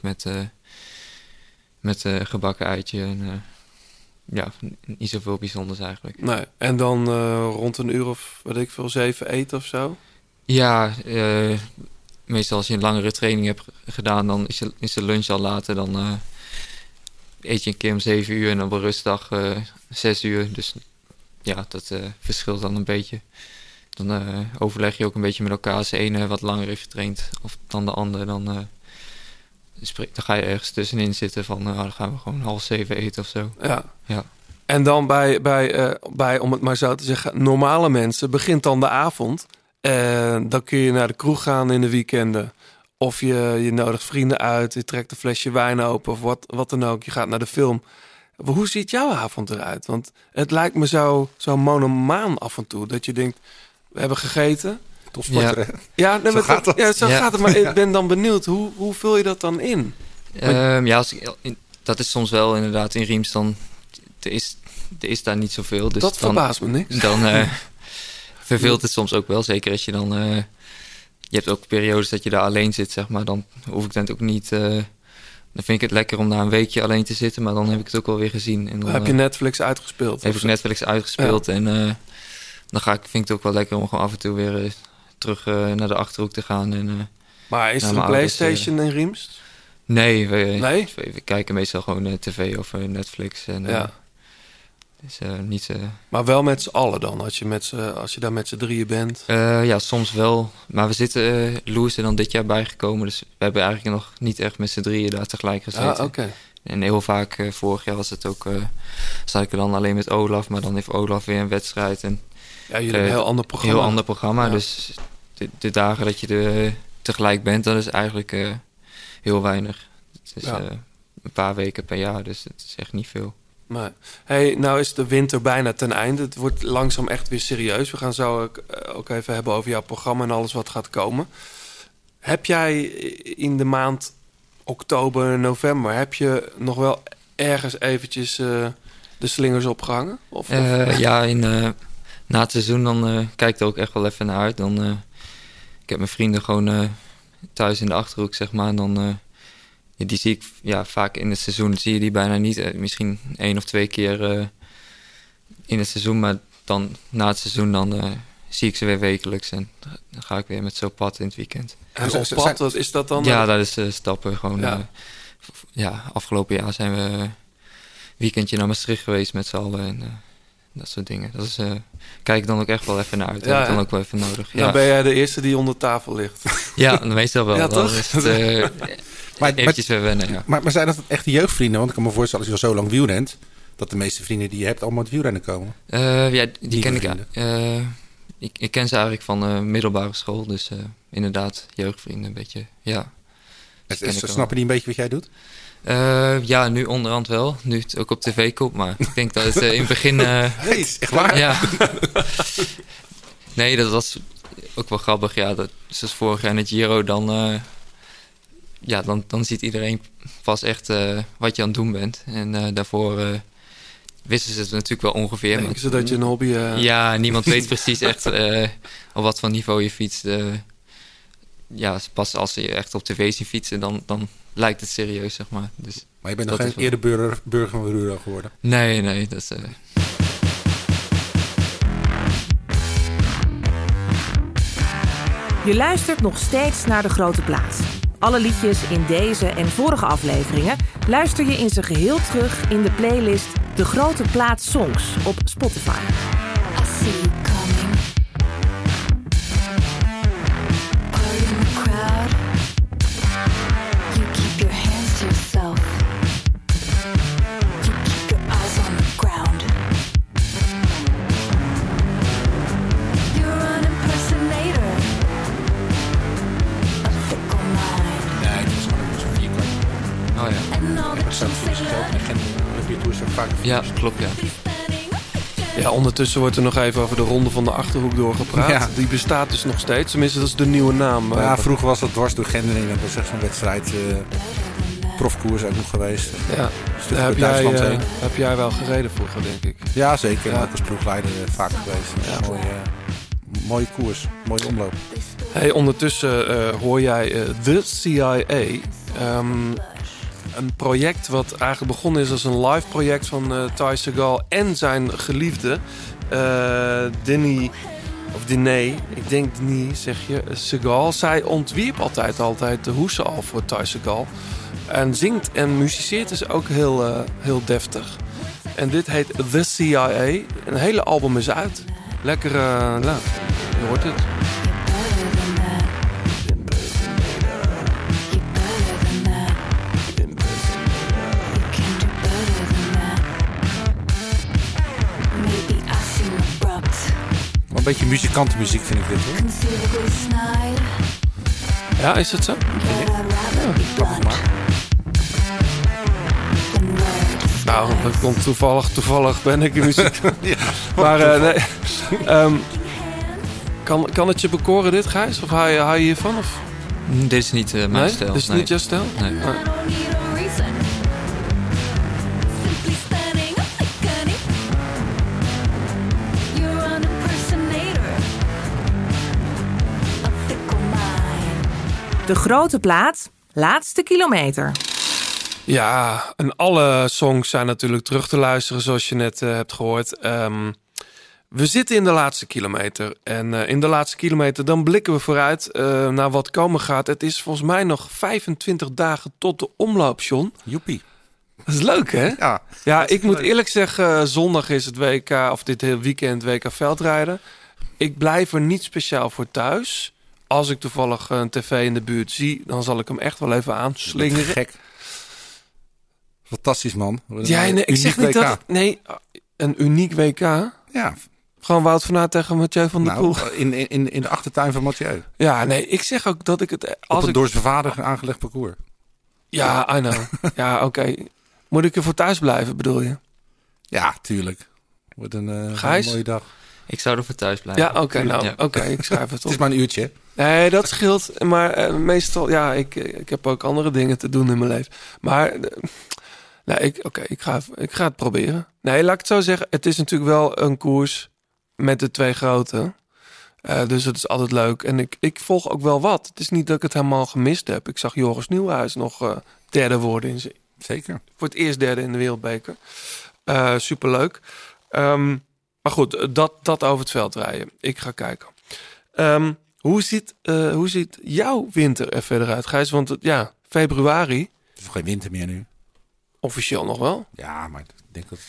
met gebakken eitje en niet zoveel bijzonders eigenlijk. Nee. En dan rond een uur of 7 eten of zo? Ja, meestal als je een langere training hebt gedaan, dan is de lunch al later. Dan eet je een keer om 7 uur en op een rustdag 6 uur. Dus dat verschilt dan een beetje. Dan overleg je ook een beetje met elkaar. Als de ene wat langer heeft getraind of dan de andere, dan ga je ergens tussenin zitten van dan gaan we gewoon 6:30 eten of zo. Ja. En dan bij, om het maar zo te zeggen, normale mensen begint dan de avond. Dan kun je naar de kroeg gaan in de weekenden. Of je nodigt vrienden uit, je trekt een flesje wijn open of wat dan ook. Je gaat naar de film. Hoe ziet jouw avond eruit? Want het lijkt me zo monomaan af en toe. Dat je denkt, we hebben gegeten. Topsporter. Ja, gaat het. Maar ik ben dan benieuwd, hoe vul je dat dan in? Dat is soms wel inderdaad in Riems dan... Er is daar niet zoveel. Dus dat verbaast me niks. Dan verveelt het soms ook wel. Zeker als je dan... je hebt ook periodes dat je daar alleen zit, zeg maar. Dan hoef ik dat ook niet... dan vind ik het lekker om daar een weekje alleen te zitten. Maar dan heb ik het ook wel weer gezien. En dan, heb je Netflix uitgespeeld? Heb ik Netflix uitgespeeld. Ja. En dan vind ik het ook wel lekker om gewoon af en toe weer terug naar de Achterhoek te gaan. En, maar is er een PlayStation in Riems? Nee, we kijken meestal gewoon tv of Netflix. En, Dus niet... Maar wel met z'n allen dan, als je daar met z'n drieën bent? Ja, soms wel. Maar we zitten... Lou is er dan dit jaar bijgekomen. Dus we hebben eigenlijk nog niet echt met z'n drieën daar tegelijk gezeten. Ah, oké. En heel vaak, vorig jaar was het ook... zat ik er dan alleen met Olaf. Maar dan heeft Olaf weer een wedstrijd. En, ja, jullie hebben een heel ander programma. Heel ander programma. Ja. Dus de dagen dat je er tegelijk bent, dat is eigenlijk heel weinig. Het is een paar weken per jaar. Dus het is echt niet veel. Maar hey, nou is de winter bijna ten einde. Het wordt langzaam echt weer serieus. We gaan zo ook even hebben over jouw programma en alles wat gaat komen. Heb jij in de maand oktober, november... heb je nog wel ergens eventjes de slingers opgehangen? Ja, na het seizoen dan kijk ik er ook echt wel even naar uit. Dan, ik heb mijn vrienden gewoon thuis in de Achterhoek, zeg maar. En dan... die zie ik vaak in het seizoen, zie je die bijna niet. Misschien 1 of 2 keer in het seizoen. Maar dan na het seizoen dan zie ik ze weer wekelijks. En dan ga ik weer met zo'n pad in het weekend. En op pad, wat is dat dan? Ja, dat is stappen. Gewoon, afgelopen jaar zijn we een weekendje naar Maastricht geweest met z'n allen. En dat soort dingen. Dat is, kijk ik dan ook echt wel even naar uit. Dat heb ik dan ook wel even nodig. Dan ben jij de eerste die onder tafel ligt. Ja, meestal wel. Ja, dan toch? is het, eventjes weer wennen, ja. Maar zijn dat echte jeugdvrienden? Want ik kan me voorstellen, als je al zo lang wielrent... dat de meeste vrienden die je hebt allemaal uit wielrennen komen. Die ken ik. Ik ken ze eigenlijk van middelbare school. Dus inderdaad, jeugdvrienden een beetje, ja. Snappen die een beetje wat jij doet? Ja, nu onderhand wel. Nu het ook op tv komt. Maar ik denk dat het in het begin... nee, echt waar? Ja. Nee, dat was ook wel grappig. Ja, dat is dus vorig jaar in het Giro dan... dan ziet iedereen pas echt wat je aan het doen bent. En daarvoor wisten ze het natuurlijk wel ongeveer. Denken ze dat je een hobby... Ja, niemand weet precies echt op wat voor niveau je fietst. Pas als ze je echt op tv zien fietsen, dan lijkt het serieus, zeg maar. Dus maar je bent nog geen eerder burger van Ruurlo geworden? Nee, dat is... Je luistert nog steeds naar De Grote Plaats. Alle liedjes in deze en vorige afleveringen luister je in zijn geheel terug in de playlist De Grote Plaats Songs op Spotify. I see you coming. Are you in the crowd? You keep your hands to yourself. You keep your eyes on the ground. You're an impersonator. A fickle mind. Nee, dat is gewoon zo'n vierkant. Oh ja. And all that you say Ja, klopt, ja. Ja, ondertussen wordt er nog even over de Ronde van de Achterhoek doorgepraat. Ja. Die bestaat dus nog steeds. Tenminste, dat is de nieuwe naam. Ja, vroeger was dat dwars door Gendringen. Dat was echt zo'n wedstrijd. Profkoers ook nog geweest. Ja, daar heb jij wel gereden vroeger, denk ik. Ja, zeker. Ja. Ook als ploegleider vaak geweest. Ja. Mooie koers, mooie omloop. Hey, ondertussen hoor jij The CIA. Een project wat eigenlijk begonnen is als een live project van Ty Segall en zijn geliefde Diney, ik denk Diney zeg je, Segall. Zij ontwierp altijd de hoesen al voor Ty Segall. En zingt en musiceert dus ook heel deftig. En dit heet The CIA. Een hele album is uit. Lekker, je hoort het. Een beetje muzikantenmuziek vind ik dit, hoor. Ja, is het zo? Grappig maar. Nou, dat komt toevallig ben ik in muziek. Ja, maar nee. Kan het je bekoren dit, Gijs? Of hou je hiervan? Of? Dit is niet mijn stijl. Dit is niet jouw stijl? Nee. De Grote Plaat, laatste kilometer. Ja, en alle songs zijn natuurlijk terug te luisteren, zoals je net hebt gehoord. We zitten in de laatste kilometer. En in de laatste kilometer, dan blikken we vooruit naar wat komen gaat. Het is volgens mij nog 25 dagen tot de omloop, John. Joepie. Dat is leuk, hè? Ja, ik moet eerlijk zeggen, zondag is het WK, of dit hele weekend WK veldrijden. Ik blijf er niet speciaal voor thuis. Als ik toevallig een tv in de buurt zie, dan zal ik hem echt wel even aanslingeren. Gek. Fantastisch, man. Ik zeg niet WK. dat... Nee, een uniek WK. Ja. Gewoon Wout van Aert tegen Mathieu van der Poel. In de achtertuin van Mathieu. Ja, nee, ik zeg ook dat ik het... Door zijn vader aangelegd parcours. Ja, I know. Ja, oké. Moet ik er voor thuis blijven, bedoel je? Ja, tuurlijk. Wordt een mooie dag. Ik zou er voor thuis blijven. Ja, oké. Ik schrijf het op. Het is maar een uurtje. Nee, dat scheelt. Maar meestal, ja, ik heb ook andere dingen te doen in mijn leven. Maar, ik ga het proberen. Nee, laat ik het zo zeggen. Het is natuurlijk wel een koers met de twee grote. Dus het is altijd leuk. En ik volg ook wel wat. Het is niet dat ik het helemaal gemist heb. Ik zag Joris Nieuwhuis nog derde worden. Zeker. Voor het eerst derde in de Wereldbeker. Superleuk. Maar goed, dat over het veld rijden. Ik ga kijken. Hoe ziet jouw winter er verder uit, Gijs? Want februari... Het is geen winter meer nu. Officieel nog wel? Ja, maar ik denk dat...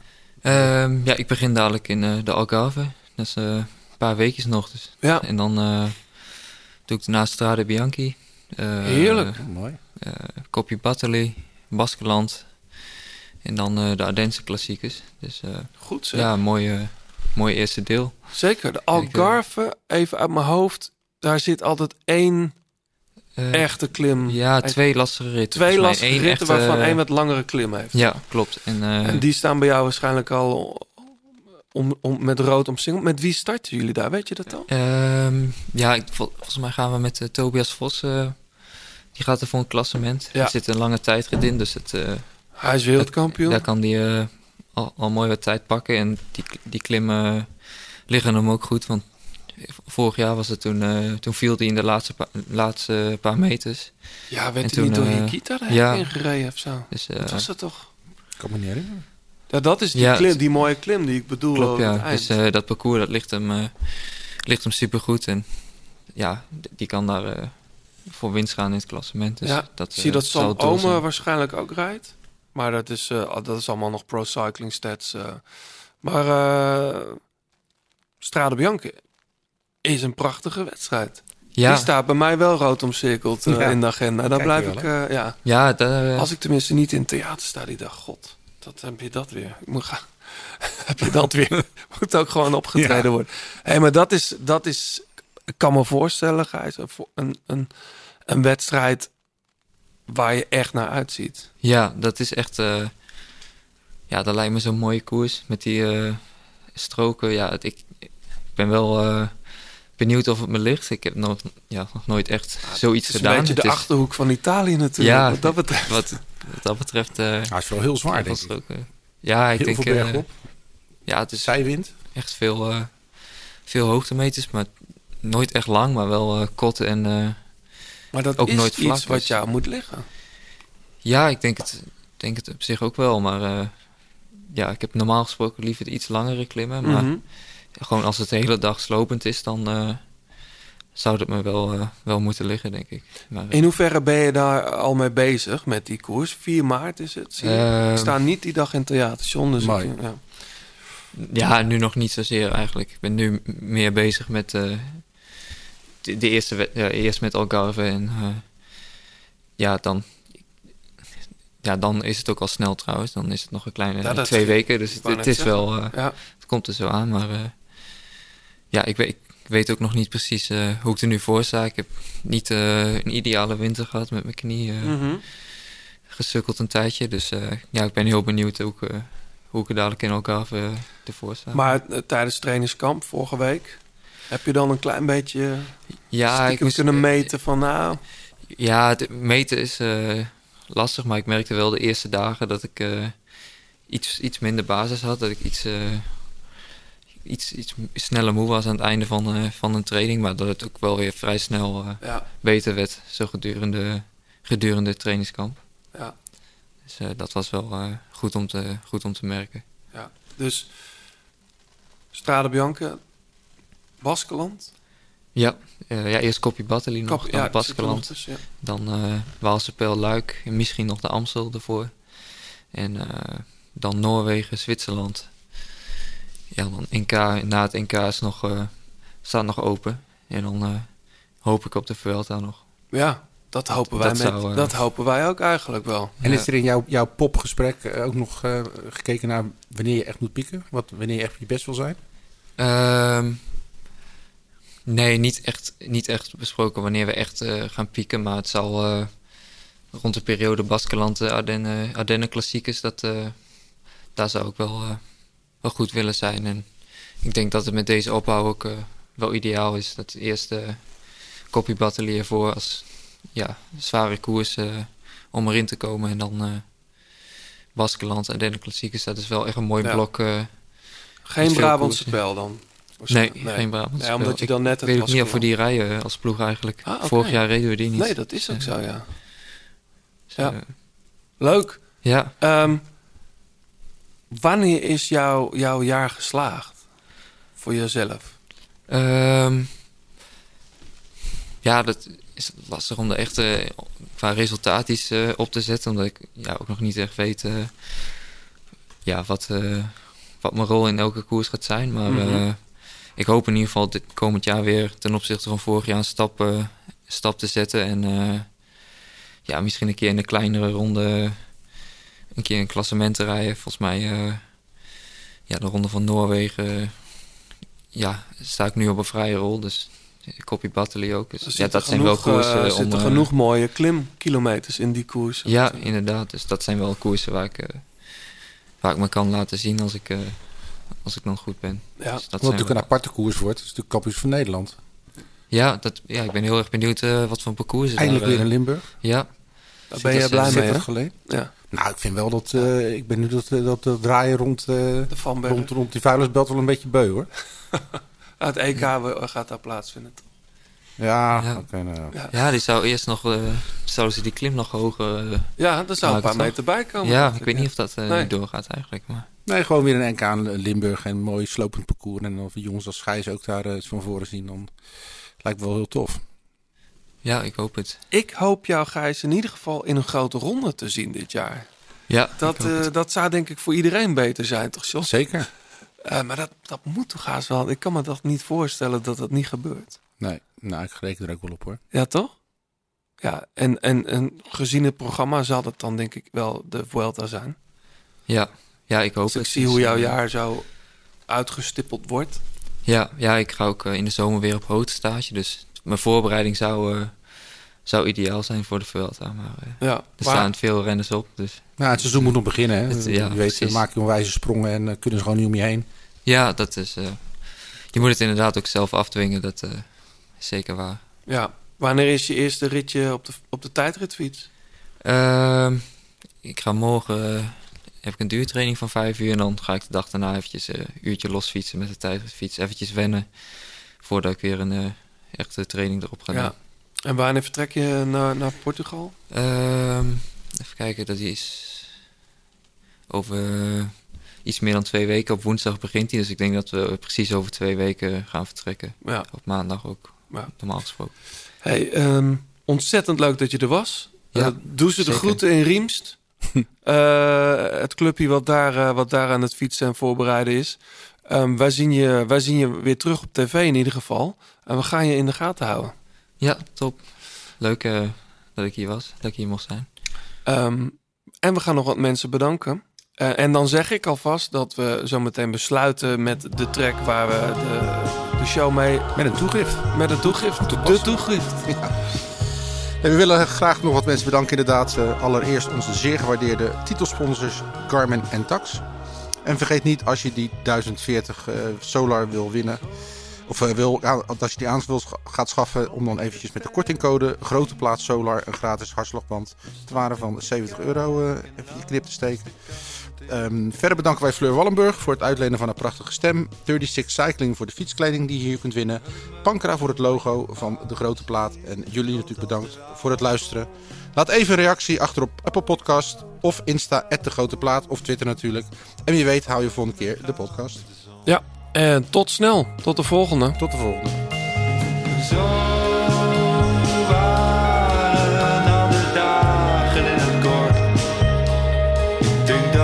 ik begin dadelijk in de Algarve. Dat is een paar weekjes nog. Dus. Ja. En dan doe ik daarna Strade Bianchi. Heerlijk. Mooi. Coppi Bartali, Baskeland. En dan de Ardense klassiekers. Dus goed zeg. Ja, mooi eerste deel. Zeker. De Algarve, even uit mijn hoofd. Daar zit altijd één echte klim. Ja, twee lastige ritten. Twee lastige ritten waarvan één wat langere klim heeft. Ja, klopt. En die staan bij jou waarschijnlijk al met rood omsingeld. Met wie starten jullie daar? Weet je dat al? Volgens mij gaan we met Tobias Vos. Die gaat er voor een klassement. Ja. Er zit een lange tijdrit in, dus hij is wereldkampioen. Daar kan hij al mooi wat tijd pakken. En die klimmen liggen hem ook goed. Want vorig jaar was het toen viel hij in de laatste paar meters. Ja, werd hij niet door Hikita ingereden of zo? Dus, dat was het toch? Ik kan me niet herinneren. Ja, dat is die mooie klim die ik bedoel. Klopt, ja. Dus dat parcours dat ligt hem supergoed. En ja, die kan daar voor winst gaan in het klassement. Dus zie je dat Sam Omen waarschijnlijk ook rijdt? Maar dat is allemaal nog pro cycling stats. Maar Strade Bianchi is een prachtige wedstrijd. Ja. Die staat bij mij wel rood omcirkeld in de agenda. Daar blijf ik... Als ik tenminste niet in het theater sta die dag. God, heb je dat weer. Heb je dat weer. Moet ook gewoon opgetreden worden. Hey, maar dat is... Ik kan me voorstellen, Gijs, een wedstrijd waar je echt naar uitziet. Ja, dat is echt... dat lijkt me zo'n mooie koers. Met die stroken. Ja, ik ben wel benieuwd of het me ligt. Ik heb nog nooit echt zoiets gedaan. Het is een beetje de achterhoek van Italië natuurlijk. Ja, wat dat betreft. Wat dat betreft... hij is wel heel zwaar, denk ik. Ja, ik heel denk... veel bergop. Ja, het is zijwind. Echt veel hoogtemeters, maar nooit echt lang, maar wel kort en maar dat ook is nooit vlak. Iets wat jou moet liggen. Ja, ik denk het op zich ook wel, maar ik heb normaal gesproken liever iets langere klimmen, maar gewoon als het de hele dag slopend is, dan zou het me wel moeten liggen, denk ik. Maar, in hoeverre ben je daar al mee bezig met die koers? 4 maart is het? Ik sta niet die dag in het theaterstation, dus ja, nu nog niet zozeer eigenlijk. Ik ben nu meer bezig met de eerst met Algarve en dan is het ook al snel trouwens. Dan is het nog een kleine 2 weken, dus het is wel... Het komt er zo aan, maar ik weet ook nog niet precies hoe ik er nu voor sta. Ik heb niet een ideale winter gehad met mijn knie gesukkeld een tijdje. Dus ik ben heel benieuwd ook hoe ik er dadelijk in Algarve ervoor sta. Maar tijdens trainingskamp vorige week, heb je dan een klein beetje kunnen meten van nou... Ja, het meten is lastig, maar ik merkte wel de eerste dagen dat ik iets minder basis had. Dat ik iets sneller moe was aan het einde van een training, maar dat het ook wel weer vrij snel beter werd, zo gedurende het trainingskamp. Ja. Dus dat was wel goed om te merken. Ja, dus Strade Bianchi, Baskeland? Ja, eerst Coppi Bartali nog, dan Baskeland. Dan Waalse Pijl Luik en misschien nog de Amstel ervoor. En dan Noorwegen, Zwitserland. Ja, dan NK. Na het NK is staat nog open. En dan hoop ik op de Vuelta nog. Ja, dat hopen wij, dat hopen wij ook eigenlijk wel. En is er in jouw popgesprek ook nog gekeken naar wanneer je echt moet pieken? Wanneer je echt je best wil zijn? Nee, niet echt besproken wanneer we echt gaan pieken. Maar het zal rond de periode Baskeland, Ardennen klassiekers, daar zou ik wel goed willen zijn. En ik denk dat het met deze opbouw ook wel ideaal is. Dat eerst Copy Battle ervoor als zware koers om erin te komen. En dan Baskeland, Ardennen klassiekers. Dat is wel echt een mooi blok. Geen Brabantse pijl dan? Nee, geen Brabantse pijl. Omdat je dan net ik weet ook niet of we die rijden als ploeg eigenlijk. Okay. Vorig jaar reden we die niet. Nee, dat is ook zo, ja. Ja. Leuk. Ja. Wanneer is jouw jaar geslaagd? Voor jezelf? Ja, dat is lastig om er echt qua resultaat iets op te zetten. Omdat ik ook nog niet echt weet wat mijn rol in elke koers gaat zijn. Maar ik hoop in ieder geval dit komend jaar weer ten opzichte van vorig jaar een stap te zetten. En misschien een keer in de kleinere ronde een keer een klassement te rijden. Volgens mij de ronde van Noorwegen sta ik nu op een vrije rol. Dus Copy Battle ook. Dus, dat zijn wel koersen. Er zitten genoeg mooie klimkilometers in die koersen. Ja, inderdaad. Dus dat zijn wel koersen waar ik me kan laten zien als ik dan goed ben. Ja, dus dat natuurlijk een aparte koers wordt. Dat is natuurlijk Kampioen van Nederland. Ja, ik ben heel erg benieuwd wat voor parcours het eindelijk weer in Limburg. Ja. Daar ben je blij mee, hè? Geleden? Ja. Nou, ik vind wel dat ik ben nu dat draaien rond die vuilnisbelt wel een beetje beu, hoor. Het EK gaat daar plaatsvinden. Ja. Okay, nou. Ja, die zou eerst nog zouden ze die klim nog hoger. Ja, er zou een paar meter bij komen. Ja, ik weet niet of dat niet doorgaat eigenlijk. Maar. Nee, gewoon weer een NK aan Limburg en een mooi slopend parcours. En of de jongens als Gijs ook daar van voren zien, dan lijkt het wel heel tof. Ja, ik hoop het. Ik hoop jou, Gijs, in ieder geval in een grote ronde te zien dit jaar. Ja, dat zou denk ik voor iedereen beter zijn, toch, Jos? Zeker. Maar dat moet toch haast wel. Ik kan me dat niet voorstellen dat dat niet gebeurt. Nee, nou, ik reken er ook wel op, hoor. Ja, toch? Ja, en gezien het programma zal dat dan denk ik wel de Vuelta zijn. Ja, ik hoop het. Ik zie hoe jouw jaar zo uitgestippeld wordt. Ja, ik ga ook in de zomer weer op hoogtestage. Dus mijn voorbereiding zou ideaal zijn voor de Vuelta. Maar er staan veel renners op. Dus. Nou, het seizoen moet nog beginnen. Hè? Je weet, maak je onwijze sprongen en kunnen ze gewoon niet om je heen. Ja, dat is... je moet het inderdaad ook zelf afdwingen. Dat is zeker waar. Ja. Wanneer is je eerste ritje op de tijdritfiets? Ik ga morgen... heb ik een duurtraining van 5 uur... en dan ga ik de dag daarna eventjes een uurtje losfietsen met de tijdritfiets. Eventjes wennen voordat ik weer een echte training erop ga doen. En wanneer vertrek je naar Portugal? Even kijken, dat is over iets meer dan 2 weken. Op woensdag begint hij, dus ik denk dat we precies over 2 weken gaan vertrekken. Ja. Op maandag ook, normaal gesproken. Hey, ontzettend leuk dat je er was. Ja, doe ze de groeten in Riemst. Het clubje wat daar aan het fietsen en voorbereiden is. Wij zien je weer terug op tv in ieder geval. En we gaan je in de gaten houden. Ja, top. Leuk dat ik hier was, dat ik hier mocht zijn. En we gaan nog wat mensen bedanken. En dan zeg ik alvast dat we zo meteen besluiten met de track waar we de show mee... Met een toegift. Met een toegift. De toegift. Ja. En we willen graag nog wat mensen bedanken inderdaad. Allereerst onze zeer gewaardeerde titelsponsors Garmin en Tax. En vergeet niet, als je die 1040 Solar wil winnen... of als je die aan gaat schaffen... om dan eventjes met de kortingcode Grote Plaats Solar... een gratis hartslagband te waarde van €70 even je knip te steken. Verder bedanken wij Fleur Wallenburg voor het uitlenen van haar prachtige stem. 36 Cycling voor de fietskleding die je hier kunt winnen. Pankra voor het logo van de Grote Plaat. En jullie natuurlijk bedankt voor het luisteren. Laat even een reactie achter op Apple Podcast of Insta @degroteplaat of Twitter natuurlijk. En wie weet hou je volgende keer de podcast. Ja, en tot snel. Tot de volgende. Tot de volgende. Zo waren al de dagen in het kort. Ik denk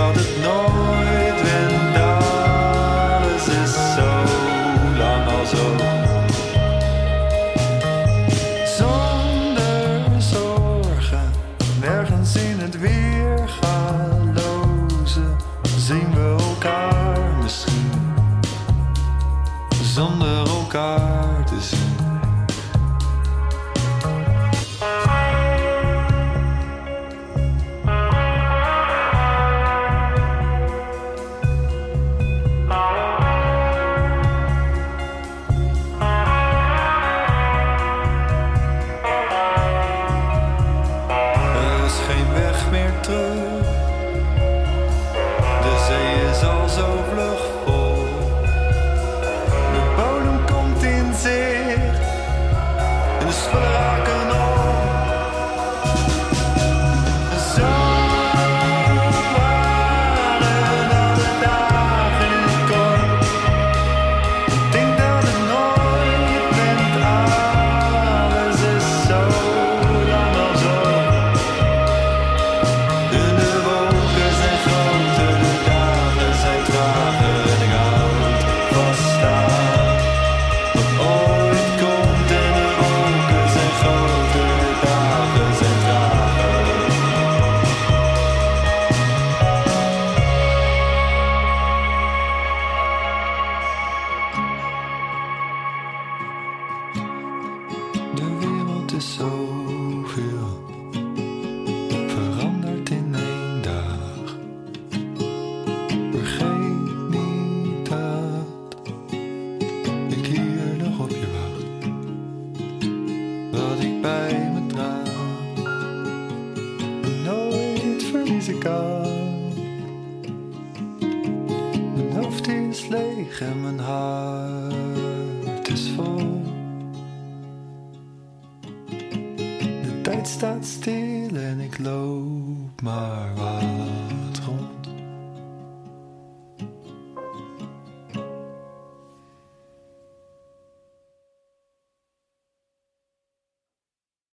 zien. Er is geen weg meer terug. De zee is al zo vlug vol. De bodem komt in zicht. En de spullen raken op. Zo waren alle dagen kort. Ik denk dat het nooit bent. Alles is zo lang al zo. De wolken zijn groter, de dagen zijn trager. En ik houd vast aan wat ooit komt. En de wolken zijn groter, de dagen zijn trager. De wereld is zoveel veranderd in 1 dag. Vergeet niet dat ik hier nog op je wacht. Wat ik bij me draag, nooit verlies ik aan. Mijn hoofd is leeg en mijn hart is vol. De tijd staat stil en ik loop maar wat.